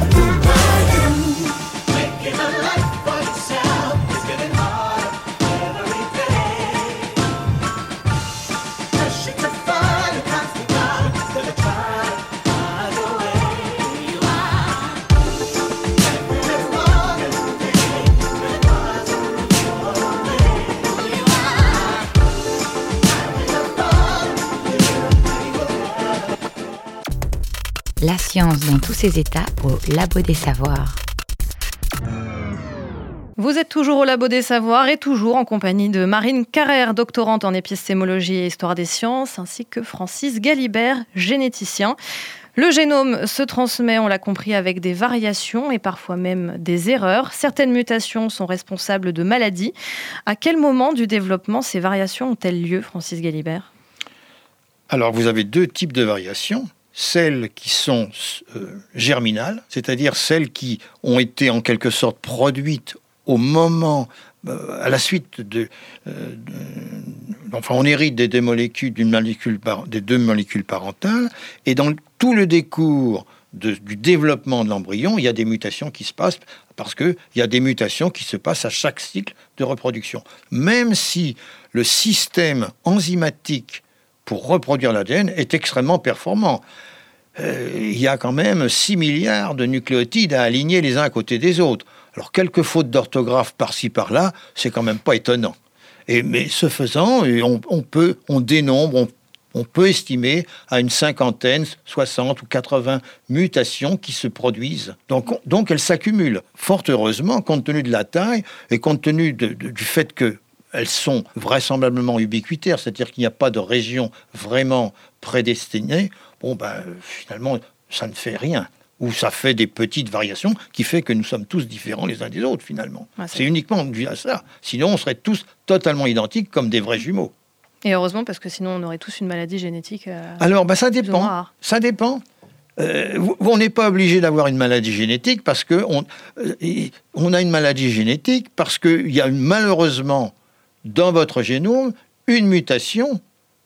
Making a life for yourself is getting harder every day. Pressure to find a constant dollar, instead of trying to find your way. Who you are. Life ain't as long as you think, spend it wise while you're on your way. Who you are. Time ain't a father to you, and he will never. La science dans tous ses états au Labo des Savoirs. Vous êtes toujours au Labo des Savoirs et toujours en compagnie de Marine Carrère, doctorante en épistémologie et histoire des sciences, ainsi que Francis Galibert, généticien. Le génome se transmet, on l'a compris, avec des variations et parfois même des erreurs. Certaines mutations sont responsables de maladies. À quel moment du développement ces variations ont-elles lieu, Francis Galibert ? Alors, vous avez deux types de variations. Celles qui sont euh, germinales, c'est-à-dire celles qui ont été en quelque sorte produites au moment, euh, à la suite de, euh, de... Enfin, on hérite des deux molécules, d'une molécule par, des deux molécules parentales, et dans tout le décours de, du développement de l'embryon, il y a des mutations qui se passent, parce qu'il y a des mutations qui se passent à chaque cycle de reproduction. Même si le système enzymatique pour reproduire l'A D N est extrêmement performant. Euh, il y a quand même six milliards de nucléotides à aligner les uns à côté des autres. Alors, quelques fautes d'orthographe par-ci, par-là, c'est quand même pas étonnant. Et, mais ce faisant, on, on, peut, on dénombre, on, on peut estimer à une cinquantaine, soixante ou quatre-vingts mutations qui se produisent. Donc, on, donc elles s'accumulent. Fort heureusement, compte tenu de la taille et compte tenu de, de, du fait que elles sont vraisemblablement ubiquitaires, c'est-à-dire qu'il n'y a pas de région vraiment prédestinée, bon, ben, finalement, ça ne fait rien. Ou ça fait des petites variations qui fait que nous sommes tous différents les uns des autres, finalement. Ouais, c'est... c'est uniquement dû à ça. Sinon, on serait tous totalement identiques comme des vrais jumeaux. Et heureusement, parce que sinon, on aurait tous une maladie génétique. Euh, Alors, ben, ça dépend. Ça dépend. Euh, on n'est pas obligé d'avoir une maladie génétique parce qu'on euh, on a une maladie génétique parce qu'il y a malheureusement dans votre génome une mutation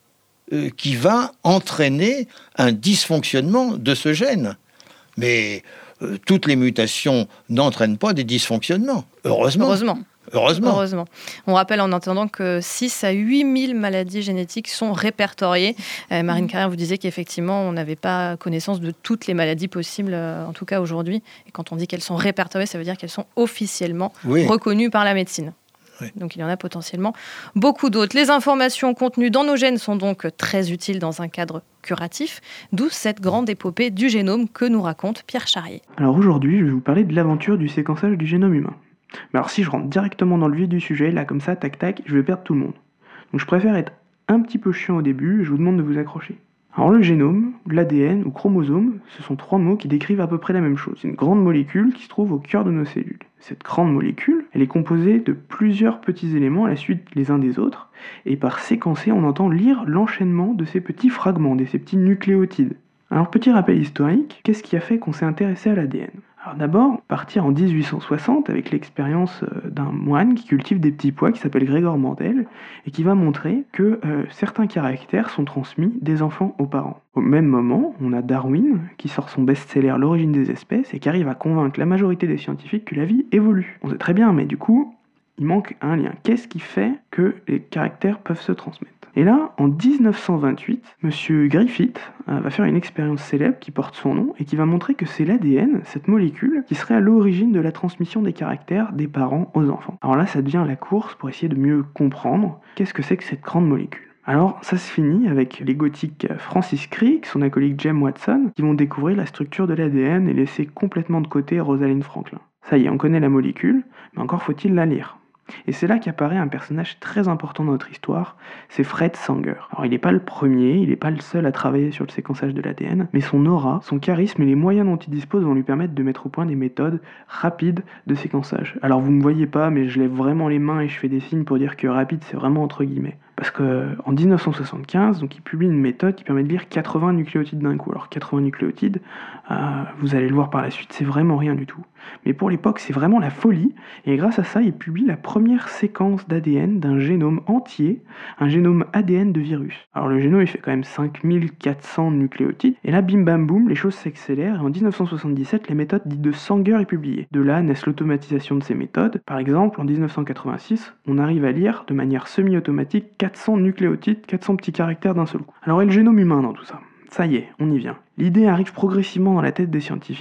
euh, qui va entraîner un dysfonctionnement de ce gène. Mais euh, toutes les mutations n'entraînent pas des dysfonctionnements, heureusement. Heureusement. Heureusement. Heureusement. On rappelle en attendant que six à huit mille maladies génétiques sont répertoriées. Euh, Marine Carrère, vous disiez qu'effectivement, on n'avait pas connaissance de toutes les maladies possibles, euh, en tout cas aujourd'hui. Et quand on dit qu'elles sont répertoriées, ça veut dire qu'elles sont officiellement oui. reconnues par la médecine. Oui. Donc il y en a potentiellement beaucoup d'autres. Les informations contenues dans nos gènes sont donc très utiles dans un cadre curatif, d'où cette grande épopée du génome que nous raconte Pierre Charrier. Alors aujourd'hui, je vais vous parler de l'aventure du séquençage du génome humain. Mais alors si je rentre directement dans le vif du sujet, là comme ça, tac tac, je vais perdre tout le monde. Donc je préfère être un petit peu chiant au début et je vous demande de vous accrocher. Alors le génome, l'A D N ou chromosome, ce sont trois mots qui décrivent à peu près la même chose. C'est une grande molécule qui se trouve au cœur de nos cellules. Cette grande molécule, elle est composée de plusieurs petits éléments à la suite les uns des autres, et par séquencer, on entend lire l'enchaînement de ces petits fragments, de ces petits nucléotides. Alors petit rappel historique, qu'est-ce qui a fait qu'on s'est intéressé à l'A D N ? Alors d'abord, partir en dix-huit cent soixante avec l'expérience d'un moine qui cultive des petits pois qui s'appelle Gregor Mendel et qui va montrer que euh, certains caractères sont transmis des enfants aux parents. Au même moment, on a Darwin qui sort son best-seller L'origine des espèces et qui arrive à convaincre la majorité des scientifiques que la vie évolue. On sait très bien, mais du coup, il manque un lien. Qu'est-ce qui fait que les caractères peuvent se transmettre ? Et là, en dix-neuf cent vingt-huit, Monsieur Griffith euh, va faire une expérience célèbre qui porte son nom et qui va montrer que c'est l'A D N, cette molécule, qui serait à l'origine de la transmission des caractères des parents aux enfants. Alors là, ça devient la course pour essayer de mieux comprendre qu'est-ce que c'est que cette grande molécule. Alors, ça se finit avec les gothiques Francis Crick, son acolyte James Watson, qui vont découvrir la structure de l'A D N et laisser complètement de côté Rosalind Franklin. Ça y est, on connaît la molécule, mais encore faut-il la lire. Et c'est là qu'apparaît un personnage très important dans notre histoire, c'est Fred Sanger. Alors il n'est pas le premier, il n'est pas le seul à travailler sur le séquençage de l'A D N, mais son aura, son charisme et les moyens dont il dispose vont lui permettre de mettre au point des méthodes rapides de séquençage. Alors vous ne me voyez pas, mais je lève vraiment les mains et je fais des signes pour dire que rapide c'est vraiment entre guillemets. Parce qu'en dix-neuf cent soixante-quinze, donc, il publie une méthode qui permet de lire quatre-vingts nucléotides d'un coup. Alors quatre-vingts nucléotides, euh, vous allez le voir par la suite, c'est vraiment rien du tout. Mais pour l'époque, c'est vraiment la folie. Et grâce à ça, il publie la première séquence d'A D N d'un génome entier, un génome A D N de virus. Alors le génome, il fait quand même cinq mille quatre cents nucléotides. Et là, bim bam boum, les choses s'accélèrent. Et en dix-neuf cent soixante-dix-sept, les méthodes dites de Sanger est publiée. De là naissent l'automatisation de ces méthodes. Par exemple, en dix-neuf cent quatre-vingt-six, on arrive à lire de manière semi-automatique quatre cents nucléotides, quatre cents petits caractères d'un seul coup. Alors, et le génome humain dans tout ça ? Ça y est, on y vient. L'idée arrive progressivement dans la tête des scientifiques.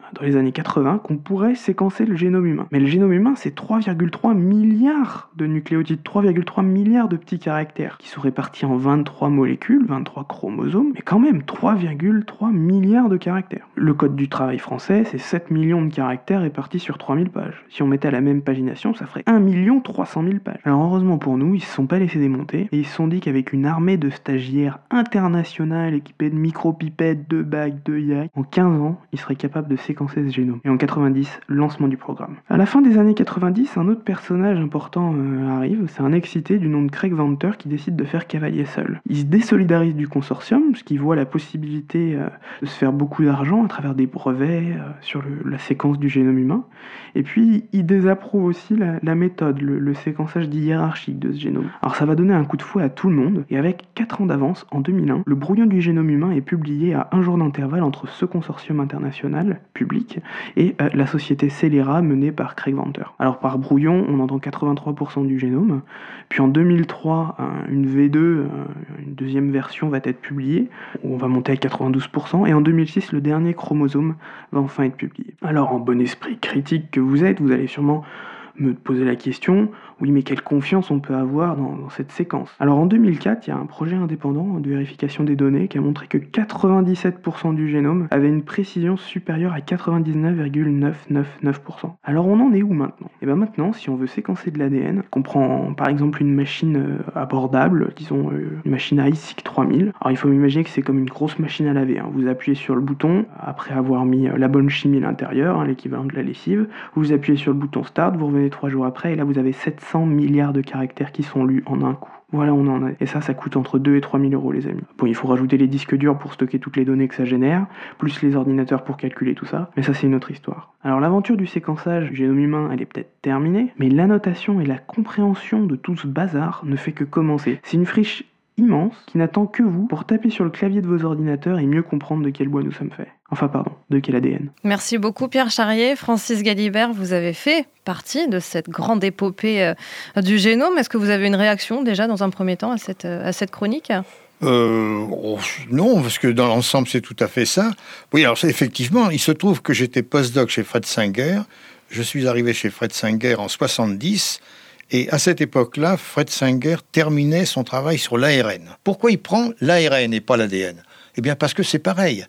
dans les années quatre-vingts, qu'on pourrait séquencer le génome humain. Mais le génome humain, c'est trois virgule trois milliards de nucléotides, trois virgule trois milliards de petits caractères, qui sont répartis en vingt-trois molécules, vingt-trois chromosomes, mais quand même trois virgule trois milliards de caractères. Le code du travail français, c'est sept millions de caractères répartis sur trois mille pages. Si on mettait à la même pagination, ça ferait un million trois cent mille pages. Alors heureusement pour nous, ils se sont pas laissés démonter, et ils se sont dit qu'avec une armée de stagiaires internationales équipés de micropipettes, de bacs, de yags, en quinze ans, ils seraient capables de séquencer ce génome. Et en quatre-vingt-dix, lancement du programme. À la fin des années quatre-vingt-dix, un autre personnage important euh, arrive, c'est un excité du nom de Craig Venter qui décide de faire cavalier seul. Il se désolidarise du consortium, parce qu'il voit la possibilité euh, de se faire beaucoup d'argent à travers des brevets euh, sur le, la séquence du génome humain. Et puis, il désapprouve aussi la, la méthode, le, le séquençage dit hiérarchique de ce génome. Alors ça va donner un coup de fouet à tout le monde, et avec quatre ans d'avance, en deux mille un, le brouillon du génome humain est publié à un jour d'intervalle entre ce consortium international public et euh, la société Celera menée par Craig Venter. Alors par brouillon, on entend quatre-vingt-trois pour cent du génome, puis en deux mille trois, euh, une V deux, euh, une deuxième version va être publiée, où on va monter à quatre-vingt-douze pour cent, et en deux mille six, le dernier chromosome va enfin être publié. Alors en bon esprit critique que vous êtes, vous allez sûrement me poser la question, oui mais quelle confiance on peut avoir dans, dans cette séquence. Alors en deux mille quatre, il y a un projet indépendant de vérification des données qui a montré que quatre-vingt-dix-sept pour cent du génome avait une précision supérieure à quatre-vingt-dix-neuf virgule neuf cent quatre-vingt-neuf pour cent. Alors on en est où maintenant ? Et bien maintenant, si on veut séquencer de l'A D N, qu'on prend par exemple une machine abordable, disons une machine I C trois mille, alors il faut imaginer que c'est comme une grosse machine à laver, hein. Vous appuyez sur le bouton, après avoir mis la bonne chimie à l'intérieur, hein, l'équivalent de la lessive, vous appuyez sur le bouton Start, vous revenez trois jours après, et là vous avez sept cents milliards de caractères qui sont lus en un coup. Voilà, on en a. Et ça, ça coûte entre deux et trois mille euros, les amis. Bon, il faut rajouter les disques durs pour stocker toutes les données que ça génère, plus les ordinateurs pour calculer tout ça, mais ça, c'est une autre histoire. Alors, l'aventure du séquençage du génome humain, elle est peut-être terminée, mais l'annotation et la compréhension de tout ce bazar ne fait que commencer. C'est une friche immense qui n'attend que vous pour taper sur le clavier de vos ordinateurs et mieux comprendre de quel bois nous sommes faits. Enfin, pardon, de quel A D N. Merci beaucoup Pierre Charrier. Francis Galibert, vous avez fait partie de cette grande épopée euh, du génome. Est-ce que vous avez une réaction déjà dans un premier temps à cette, à cette chronique ? Euh, oh, non, parce que dans l'ensemble, c'est tout à fait ça. Oui, alors c'est, effectivement, il se trouve que j'étais postdoc chez Fred Singer. Je suis arrivé chez Fred Singer en soixante-dix. Et à cette époque-là, Fred Singer terminait son travail sur l'A R N. Pourquoi il prend l'A R N et pas l'A D N ? Eh bien, parce que c'est pareil.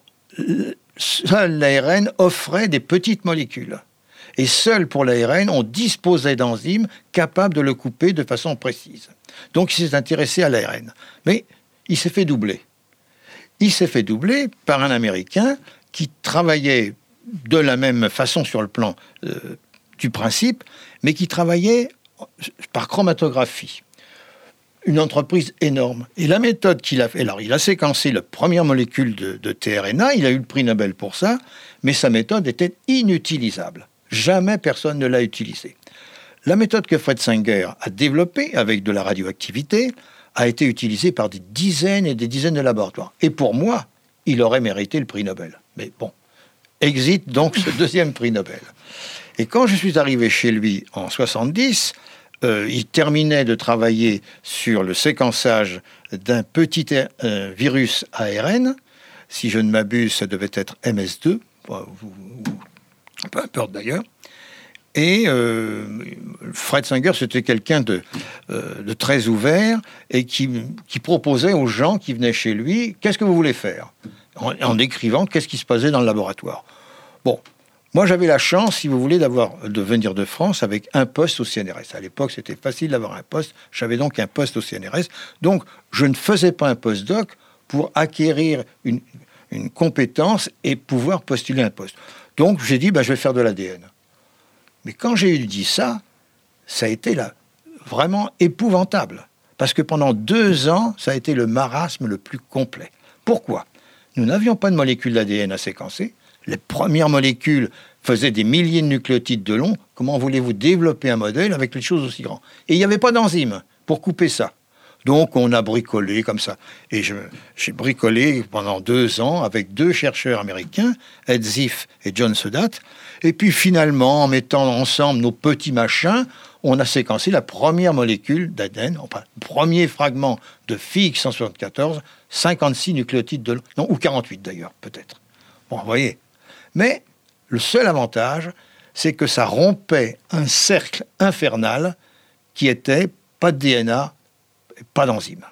Seul l'A R N offrait des petites molécules. Et seul pour l'A R N, on disposait d'enzymes capables de le couper de façon précise. Donc, il s'est intéressé à l'A R N. Mais il s'est fait doubler. Il s'est fait doubler par un Américain qui travaillait de la même façon sur le plan euh, du principe, mais qui travaillait par chromatographie. Une entreprise énorme. Et la méthode qu'il a fait... Alors, il a séquencé la première molécule de, de T R N A, il a eu le prix Nobel pour ça, mais sa méthode était inutilisable. Jamais personne ne l'a utilisée. La méthode que Fred Singer a développée avec de la radioactivité a été utilisée par des dizaines et des dizaines de laboratoires. Et pour moi, il aurait mérité le prix Nobel. Mais bon, exit donc ce deuxième prix Nobel. Et quand je suis arrivé chez lui en soixante-dix, euh, il terminait de travailler sur le séquençage d'un petit euh, virus A R N. Si je ne m'abuse, ça devait être M S deux, ou, ou, peu importe d'ailleurs. Et euh, Fred Singer, c'était quelqu'un de, euh, de très ouvert et qui, qui proposait aux gens qui venaient chez lui, qu'est-ce que vous voulez faire ? En, en écrivant qu'est-ce qui se passait dans le laboratoire. Bon. Moi, j'avais la chance, si vous voulez, d'avoir, de venir de France avec un poste au C N R S. À l'époque, c'était facile d'avoir un poste. J'avais donc un poste au C N R S. Donc, je ne faisais pas un postdoc pour acquérir une, une compétence et pouvoir postuler un poste. Donc, j'ai dit, ben, je vais faire de l'A D N. Mais quand j'ai eu dit ça, ça a été là, vraiment épouvantable. Parce que pendant deux ans, ça a été le marasme le plus complet. Pourquoi ? Nous n'avions pas de molécules d'A D N à séquencer. Les premières molécules faisaient des milliers de nucléotides de long. Comment voulez-vous développer un modèle avec les choses aussi grandes ? Et il n'y avait pas d'enzyme pour couper ça. Donc, on a bricolé comme ça. Et je, j'ai bricolé pendant deux ans avec deux chercheurs américains, Ed Ziff et John Sedat. Et puis, finalement, en mettant ensemble nos petits machins, on a séquencé la première molécule d'A D N, enfin, le premier fragment de F I X cent soixante-quatorze, cinquante-six nucléotides de long, non, ou quarante-huit d'ailleurs, peut-être. Bon, vous voyez. Mais Le seul avantage, c'est que ça rompait un cercle infernal qui était pas de D N A, pas d'enzyme.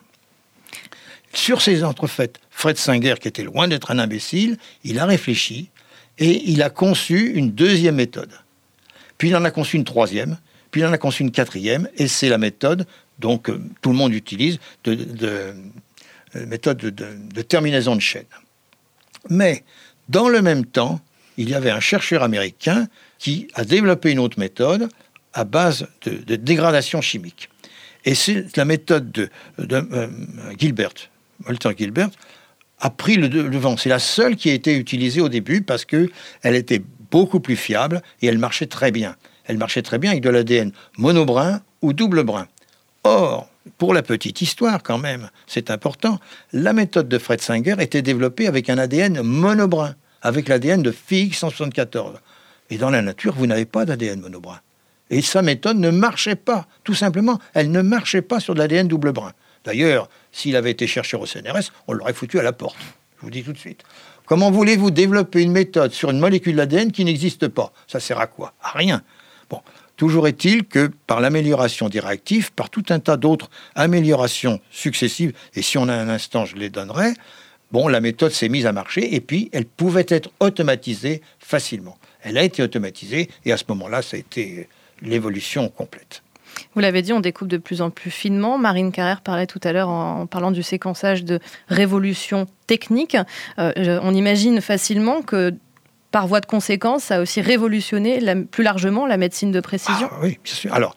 Sur ces entrefaites, Fred Singer, qui était loin d'être un imbécile, il a réfléchi et il a conçu une deuxième méthode. Puis il en a conçu une troisième, puis il en a conçu une quatrième, et c'est la méthode, donc euh, tout le monde utilise, de, de, de, de méthode de, de, de terminaison de chaîne. Mais dans le même temps, il y avait un chercheur américain qui a développé une autre méthode à base de, de dégradation chimique. Et c'est la méthode de, de euh, Gilbert. Walter Gilbert a pris le devant. C'est la seule qui a été utilisée au début parce qu'elle était beaucoup plus fiable et elle marchait très bien. Elle marchait très bien avec de l'A D N monobrun ou double brun. Or, pour la petite histoire quand même, c'est important, la méthode de Fred Singer était développée avec un A D N monobrun, avec l'A D N de F I X cent soixante-quatorze. Et dans la nature, vous n'avez pas d'A D N monobrun. Et sa méthode ne marchait pas, tout simplement. Elle ne marchait pas sur de l'A D N double brun. D'ailleurs, s'il avait été chercheur au C N R S, on l'aurait foutu à la porte. Je vous dis tout de suite. Comment voulez-vous développer une méthode sur une molécule d'A D N qui n'existe pas? Ça sert à quoi? À rien. Bon, toujours est-il que par l'amélioration des réactifs, par tout un tas d'autres améliorations successives, et si on a un instant, je les donnerai, bon, la méthode s'est mise à marcher, et puis elle pouvait être automatisée facilement. Elle a été automatisée, et à ce moment-là, ça a été l'évolution complète. Vous l'avez dit, on découpe de plus en plus finement. Marine Carrère parlait tout à l'heure en parlant du séquençage de révolution technique. Euh, on imagine facilement que, par voie de conséquence, ça a aussi révolutionné la, plus largement la médecine de précision. Ah, oui, bien sûr. Alors,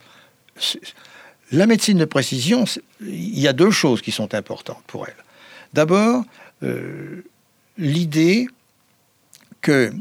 la médecine de précision, il y a deux choses qui sont importantes pour elle. D'abord, euh, l'idée que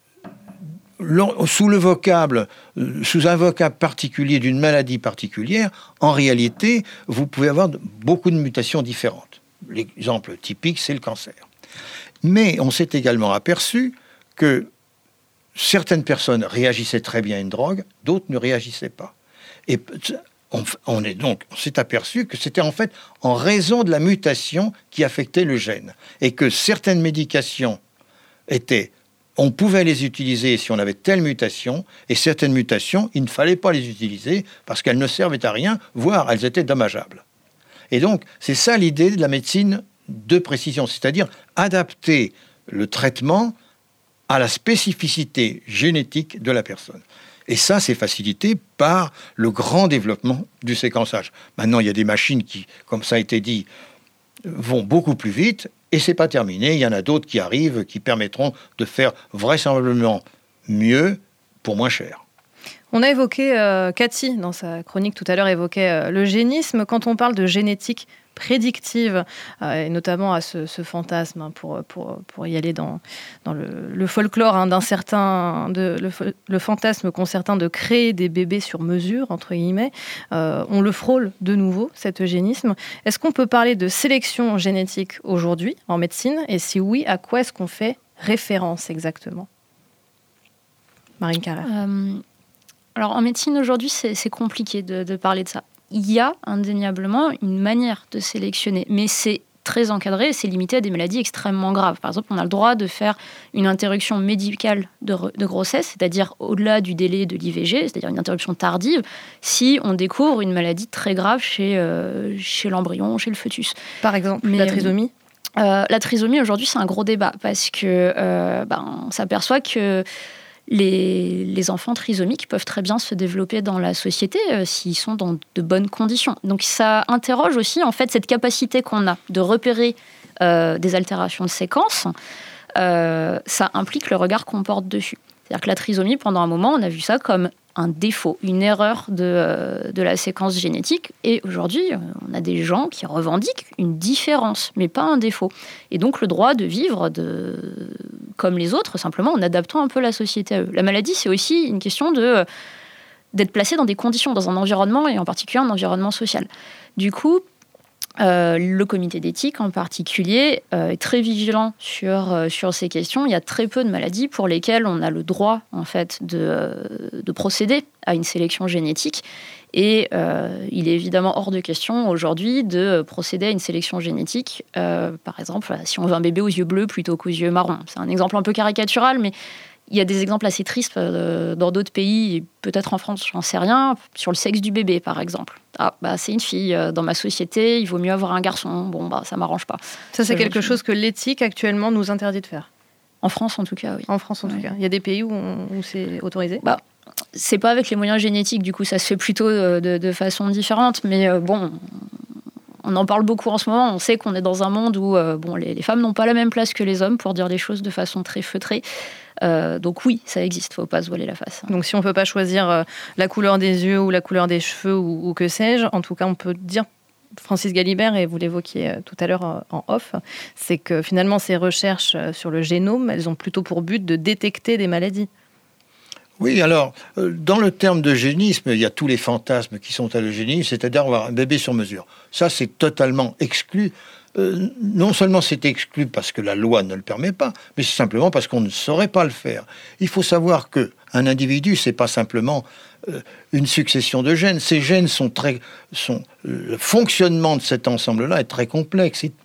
sous le vocable, sous un vocable particulier d'une maladie particulière, en réalité, vous pouvez avoir beaucoup de mutations différentes. L'exemple typique, c'est le cancer. Mais on s'est également aperçu que certaines personnes réagissaient très bien à une drogue, d'autres ne réagissaient pas. Et on, on est donc, on s'est aperçu que c'était en fait en raison de la mutation qui affectait le gène, et que certaines médications étaient on pouvait les utiliser si on avait telle mutation, et certaines mutations, il ne fallait pas les utiliser parce qu'elles ne servaient à rien, voire elles étaient dommageables. Et donc, c'est ça l'idée de la médecine de précision, c'est-à-dire adapter le traitement à la spécificité génétique de la personne. Et ça, c'est facilité par le grand développement du séquençage. Maintenant, il y a des machines qui, comme ça a été dit, vont beaucoup plus vite. Et c'est pas terminé, il y en a d'autres qui arrivent, qui permettront de faire vraisemblablement mieux pour moins cher. On a évoqué, euh, Cathy, dans sa chronique tout à l'heure, évoquait euh, l'eugénisme. Quand on parle de génétique prédictive, euh, et notamment à ce, ce fantasme, hein, pour, pour, pour y aller dans, dans le, le folklore, hein, d'un certain, de, le, le fantasme qu'ont certains de créer des bébés sur mesure, entre guillemets, euh, on le frôle de nouveau, cet eugénisme. Est-ce qu'on peut parler de sélection génétique aujourd'hui en médecine? Et si oui, à quoi est-ce qu'on fait référence exactement? Marine Carrère. Euh, alors en médecine aujourd'hui, c'est, c'est compliqué de, de parler de ça. Il y a indéniablement une manière de sélectionner, mais c'est très encadré et c'est limité à des maladies extrêmement graves. Par exemple, on a le droit de faire une interruption médicale de, de grossesse, c'est-à-dire au-delà du délai de l'I V G, c'est-à-dire une interruption tardive, si on découvre une maladie très grave chez, euh, chez l'embryon, chez le fœtus. Par exemple, mais, la trisomie euh, La trisomie, aujourd'hui, c'est un gros débat parce que euh, ben, on s'aperçoit que Les, les enfants trisomiques peuvent très bien se développer dans la société euh, s'ils sont dans de bonnes conditions. Donc ça interroge aussi en fait cette capacité qu'on a de repérer euh, des altérations de séquence. Euh, ça implique le regard qu'on porte dessus. C'est-à-dire que la trisomie, pendant un moment, on a vu ça comme un défaut, une erreur de, euh, de la séquence génétique. Et aujourd'hui, on a des gens qui revendiquent une différence, mais pas un défaut. Et donc le droit de vivre de... comme les autres, simplement en adaptant un peu la société à eux. La maladie, c'est aussi une question de, d'être placé dans des conditions, dans un environnement, et en particulier un environnement social. Du coup, Euh, le comité d'éthique en particulier euh, est très vigilant sur, euh, sur ces questions. Il y a très peu de maladies pour lesquelles on a le droit en fait, de, euh, de procéder à une sélection génétique. Et euh, il est évidemment hors de question aujourd'hui de procéder à une sélection génétique. Euh, par exemple, si on veut un bébé aux yeux bleus plutôt qu'aux yeux marrons. C'est un exemple un peu caricatural, mais Il y a des exemples assez tristes euh, dans d'autres pays, peut-être en France, j'en sais rien, sur le sexe du bébé, par exemple. Ah, bah, c'est une fille, euh, dans ma société, il vaut mieux avoir un garçon. Bon, bah, ça m'arrange pas. Ça, c'est Ce quelque genre de- chose que l'éthique, actuellement, nous interdit de faire. En France, en tout cas, oui. En France, en tout Ouais. cas. Il y a des pays où, on- où c'est autorisé. Bah, c'est pas avec les moyens génétiques, du coup, ça se fait plutôt de, de, de façon différente. Mais euh, bon, on en parle beaucoup en ce moment. On sait qu'on est dans un monde où euh, bon, les, les femmes n'ont pas la même place que les hommes pour dire les choses de façon très feutrée. Euh, donc oui, ça existe, faut pas se voiler la face. Donc si on ne peut pas choisir euh, la couleur des yeux ou la couleur des cheveux ou, ou que sais-je, en tout cas on peut dire, Francis Galibert, et vous l'évoquiez euh, tout à l'heure euh, en off, c'est que finalement ces recherches euh, sur le génome, elles ont plutôt pour but de détecter des maladies. Oui, alors, euh, dans le terme d'eugénisme, il y a tous les fantasmes qui sont à l'eugénisme, c'est-à-dire avoir un bébé sur mesure. Ça, c'est totalement exclu. Euh, non seulement c'est exclu parce que la loi ne le permet pas, mais c'est simplement parce qu'on ne saurait pas le faire. Il faut savoir que un individu, c'est pas simplement euh, une succession de gènes. Ces gènes sont très, sont, le fonctionnement de cet ensemble-là est très complexe. Et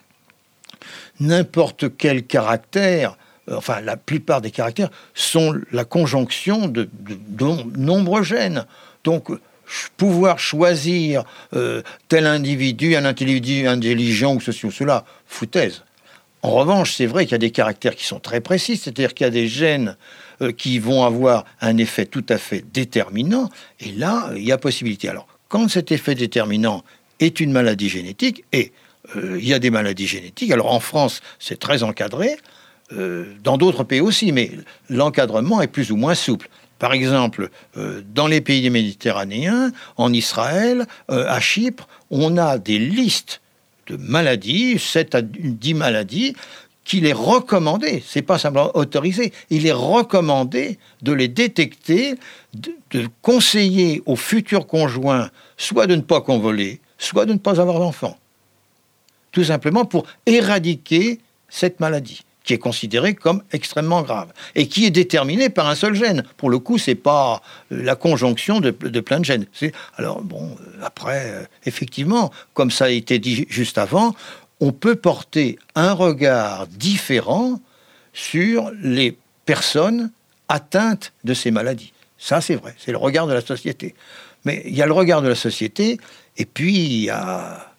n'importe quel caractère, euh, enfin la plupart des caractères, sont la conjonction de, de, de nombreux gènes. Donc pouvoir choisir euh, tel individu, un individu intelligent ou ceci ou cela, foutaise. En revanche, c'est vrai qu'il y a des caractères qui sont très précis, c'est-à-dire qu'il y a des gènes euh, qui vont avoir un effet tout à fait déterminant, et là, il y a possibilité. Alors, quand cet effet déterminant est une maladie génétique, et euh, il y a des maladies génétiques, alors en France, c'est très encadré, euh, dans d'autres pays aussi, mais l'encadrement est plus ou moins souple. Par exemple, euh, dans les pays méditerranéens, en Israël, euh, à Chypre, on a des listes de maladies, sept à dix maladies, qu'il est recommandé, c'est pas simplement autorisé, il est recommandé de les détecter, de, de conseiller aux futurs conjoints soit de ne pas convoler, soit de ne pas avoir d'enfants. Tout simplement pour éradiquer cette maladie, qui est considérée comme extrêmement grave, et qui est déterminée par un seul gène. Pour le coup, c'est pas la conjonction de, de plein de gènes. C'est, alors, bon, après, euh, effectivement, comme ça a été dit juste avant, on peut porter un regard différent sur les personnes atteintes de ces maladies. Ça, c'est vrai, c'est le regard de la société. Mais il y a le regard de la société, et puis il y a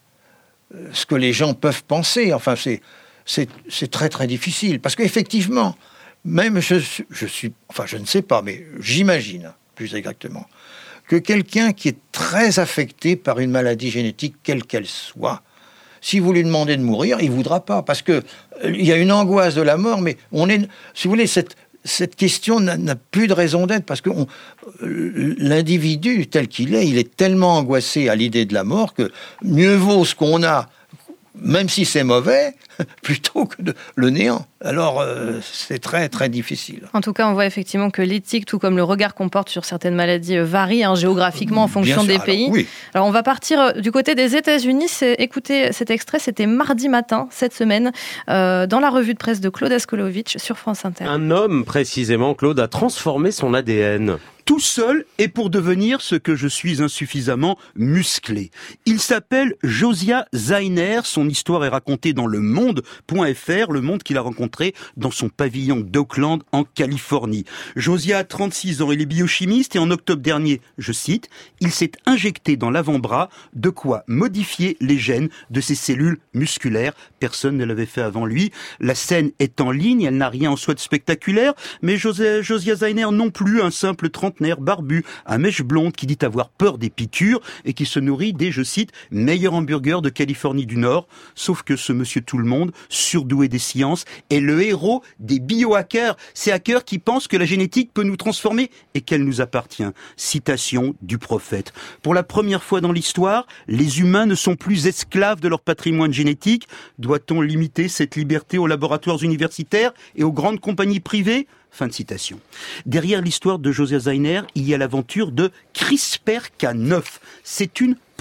ce que les gens peuvent penser. Enfin, c'est... C'est, c'est très très difficile, parce qu'effectivement, même je, je suis, enfin je ne sais pas, mais j'imagine plus exactement, que quelqu'un qui est très affecté par une maladie génétique, quelle qu'elle soit, si vous lui demandez de mourir, il ne voudra pas, parce qu'il euh, y a une angoisse de la mort, mais on est, si vous voulez, cette, cette question n'a, n'a plus de raison d'être, parce que on, euh, l'individu tel qu'il est, il est tellement angoissé à l'idée de la mort que mieux vaut ce qu'on a, même si c'est mauvais, plutôt que de, le néant. Alors, euh, c'est très, très difficile. En tout cas, on voit effectivement que l'éthique, tout comme le regard qu'on porte sur certaines maladies, euh, varie hein, géographiquement en fonction sûr, des alors, pays. Oui. Alors, on va partir euh, du côté des États-Unis. C'est, écoutez, cet extrait, c'était mardi matin, cette semaine, euh, dans la revue de presse de Claude Askolovitch sur France Inter. Un homme, précisément, Claude, a transformé son A D N. Tout seul et pour devenir ce que je suis insuffisamment musclé. Il s'appelle Josiah Zayner. Son histoire est racontée dans le monde point f r, le Monde qu'il a rencontré dans son pavillon d'Oakland en Californie. Josiah a trente-six ans, il est biochimiste et en octobre dernier, je cite, il s'est injecté dans l'avant-bras de quoi modifier les gènes de ses cellules musculaires. Personne ne l'avait fait avant lui. La scène est en ligne, elle n'a rien en soi de spectaculaire, mais Josiah, Josiah Zayner non plus, un simple trentenaire barbu à mèche blonde qui dit avoir peur des piqûres et qui se nourrit des, je cite, meilleurs hamburgers de Californie du Nord. Sauf que ce monsieur tout le monde, surdoué des sciences, est le héros des biohackers. Ces hackers qui pensent que la génétique peut nous transformer et qu'elle nous appartient. Citation du prophète. Pour la première fois dans l'histoire, les humains ne sont plus esclaves de leur patrimoine génétique. Doit-on limiter cette liberté aux laboratoires universitaires et aux grandes compagnies privées ? Fin de citation. Derrière l'histoire de Josiah Zayner, il y a l'aventure de CRISPR Cas neuf. C'est une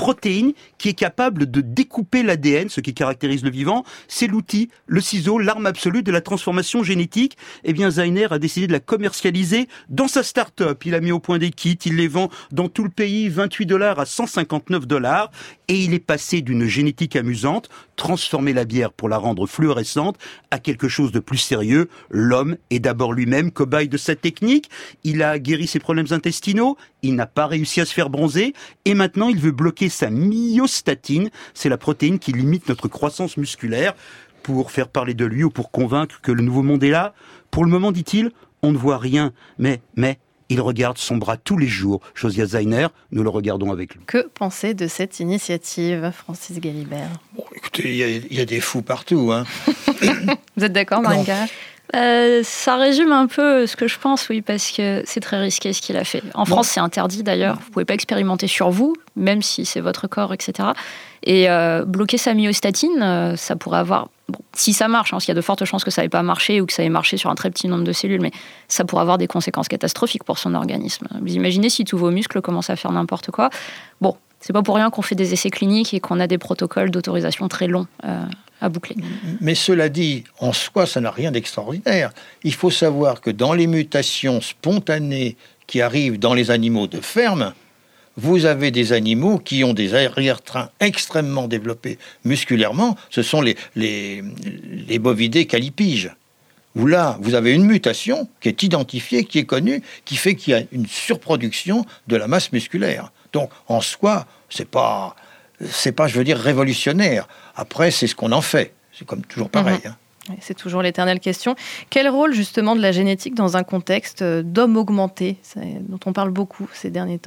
protéine qui est capable de découper l'A D N, ce qui caractérise le vivant. C'est l'outil, le ciseau, l'arme absolue de la transformation génétique. Eh bien, Zeiner a décidé de la commercialiser dans sa start-up. Il a mis au point des kits, il les vend dans tout le pays, vingt-huit dollars à cent cinquante-neuf dollars. Et il est passé d'une génétique amusante, transformer la bière pour la rendre fluorescente, à quelque chose de plus sérieux. L'homme est d'abord lui-même cobaye de cette technique. Il a guéri ses problèmes intestinaux. Il n'a pas réussi à se faire bronzer. Et maintenant, il veut bloquer sa myostatine. C'est la protéine qui limite notre croissance musculaire. Pour faire parler de lui ou pour convaincre que le nouveau monde est là. Pour le moment, dit-il, on ne voit rien. Mais, mais... il regarde son bras tous les jours. Josiah Zeiner, nous le regardons avec lui. Que penser de cette initiative, Francis Galibert ? Bon, écoutez, il y, y a des fous partout. Hein. Vous êtes d'accord, Marine Carrère ? Euh, ça résume un peu ce que je pense, oui, parce que c'est très risqué ce qu'il a fait. En bon. France, c'est interdit d'ailleurs. Vous ne pouvez pas expérimenter sur vous, même si c'est votre corps, et cetera. Et euh, bloquer sa myostatine, euh, ça pourrait avoir... Bon, si ça marche, hein, parce qu'il y a de fortes chances que ça n'ait pas marché ou que ça ait marché sur un très petit nombre de cellules, mais ça pourrait avoir des conséquences catastrophiques pour son organisme. Vous imaginez si tous vos muscles commencent à faire n'importe quoi. Bon, c'est pas pour rien qu'on fait des essais cliniques et qu'on a des protocoles d'autorisation très longs euh, à boucler. Mais cela dit, en soi, ça n'a rien d'extraordinaire. Il faut savoir que dans les mutations spontanées qui arrivent dans les animaux de ferme, vous avez des animaux qui ont des arrière-trains extrêmement développés musculairement. Ce sont les, les, les bovidés calipiges. Où là, vous avez une mutation qui est identifiée, qui est connue, qui fait qu'il y a une surproduction de la masse musculaire. Donc, en soi, c'est pas, c'est pas, je veux dire, révolutionnaire. Après, c'est ce qu'on en fait. C'est comme toujours pareil. Mmh. Hein. C'est toujours l'éternelle question. Quel rôle, justement, de la génétique dans un contexte d'homme augmenté, dont on parle beaucoup ces derniers temps ?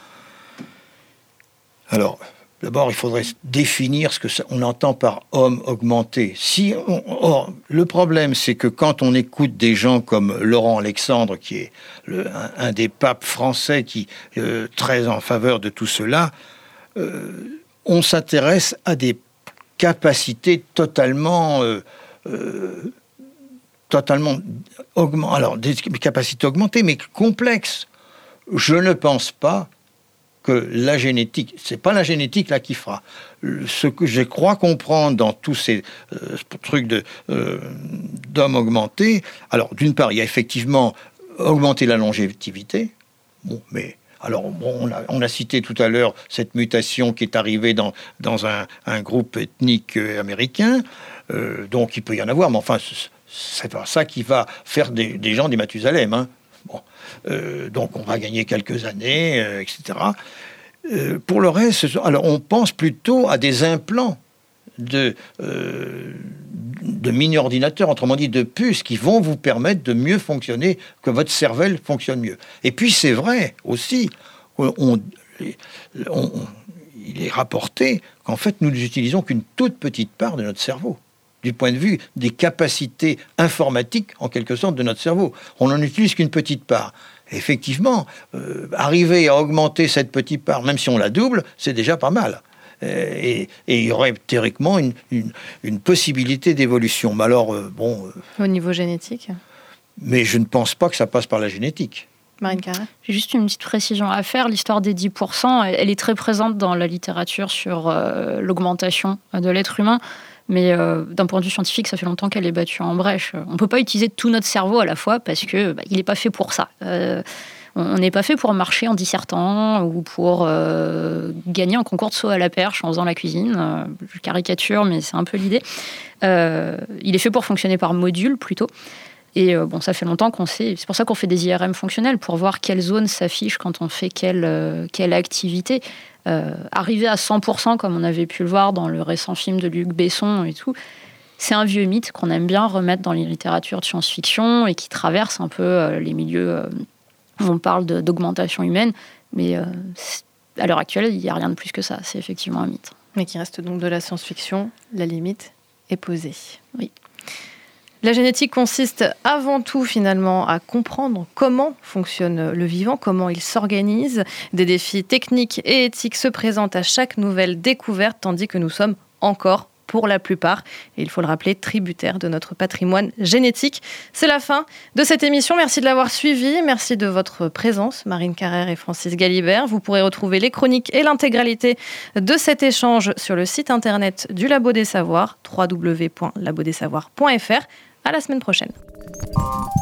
Alors, d'abord, il faudrait définir ce que ça, on entend par homme augmenté. Si on, or, le problème, c'est que quand on écoute des gens comme Laurent Alexandre, qui est le, un, un des papes français qui euh, très en faveur de tout cela, euh, on s'intéresse à des capacités totalement, euh, euh, totalement augmentées. Alors, des capacités augmentées, mais complexes. Je ne pense pas que la génétique, c'est pas la génétique là qui fera. Ce que je crois comprendre dans tous ces euh, trucs de, euh, d'hommes augmentés, alors d'une part, il y a effectivement augmenter la longévité, bon, mais alors bon, on a, on a cité tout à l'heure cette mutation qui est arrivée dans, dans un, un groupe ethnique américain, euh, donc il peut y en avoir, mais enfin, c'est pas ça qui va faire des, des gens des Mathusalem, hein. Bon. Euh, donc on va gagner quelques années, euh, et cetera. Euh, pour le reste, alors on pense plutôt à des implants de, euh, de mini-ordinateurs, autrement dit de puces, qui vont vous permettre de mieux fonctionner, que votre cervelle fonctionne mieux. Et puis c'est vrai aussi, on, on, on, il est rapporté qu'en fait nous n'utilisons qu'une toute petite part de notre cerveau, du point de vue des capacités informatiques, en quelque sorte, de notre cerveau. On n'en utilise qu'une petite part. Effectivement, euh, arriver à augmenter cette petite part, même si on la double, c'est déjà pas mal. Et, et il y aurait théoriquement une, une, une possibilité d'évolution. Mais alors, euh, bon... Euh, Au niveau génétique ? Mais je ne pense pas que ça passe par la génétique. Marine Carrère ? J'ai juste une petite précision à faire. L'histoire des dix pour cent, elle, elle est très présente dans la littérature sur euh, l'augmentation de l'être humain. Mais euh, d'un point de vue scientifique, ça fait longtemps qu'elle est battue en brèche. On ne peut pas utiliser tout notre cerveau à la fois parce qu'il bah, n'est pas fait pour ça. Euh, on n'est pas fait pour marcher en dissertant ou pour euh, gagner un concours de saut à la perche en faisant la cuisine. Euh, je caricature, mais c'est un peu l'idée. Euh, il est fait pour fonctionner par module plutôt. Et euh, bon, ça fait longtemps qu'on sait. C'est pour ça qu'on fait des I R M fonctionnels, pour voir quelle zone s'affiche quand on fait quelle, euh, quelle activité. Euh, arriver à cent pour cent, comme on avait pu le voir dans le récent film de Luc Besson et tout, c'est un vieux mythe qu'on aime bien remettre dans les littératures de science-fiction et qui traverse un peu euh, les milieux euh, où on parle de, d'augmentation humaine. Mais euh, à l'heure actuelle, il n'y a rien de plus que ça. C'est effectivement un mythe. Mais qui reste donc de la science-fiction. La limite est posée. Oui. La génétique consiste avant tout finalement à comprendre comment fonctionne le vivant, comment il s'organise. Des défis techniques et éthiques se présentent à chaque nouvelle découverte, tandis que nous sommes encore pour la plupart, et il faut le rappeler, tributaires de notre patrimoine génétique. C'est la fin de cette émission. Merci de l'avoir suivi. Merci de votre présence, Marine Carrère et Francis Galibert. Vous pourrez retrouver les chroniques et l'intégralité de cet échange sur le site internet du Labo des Savoirs, w w w point labo des savoirs point f r. À la semaine prochaine.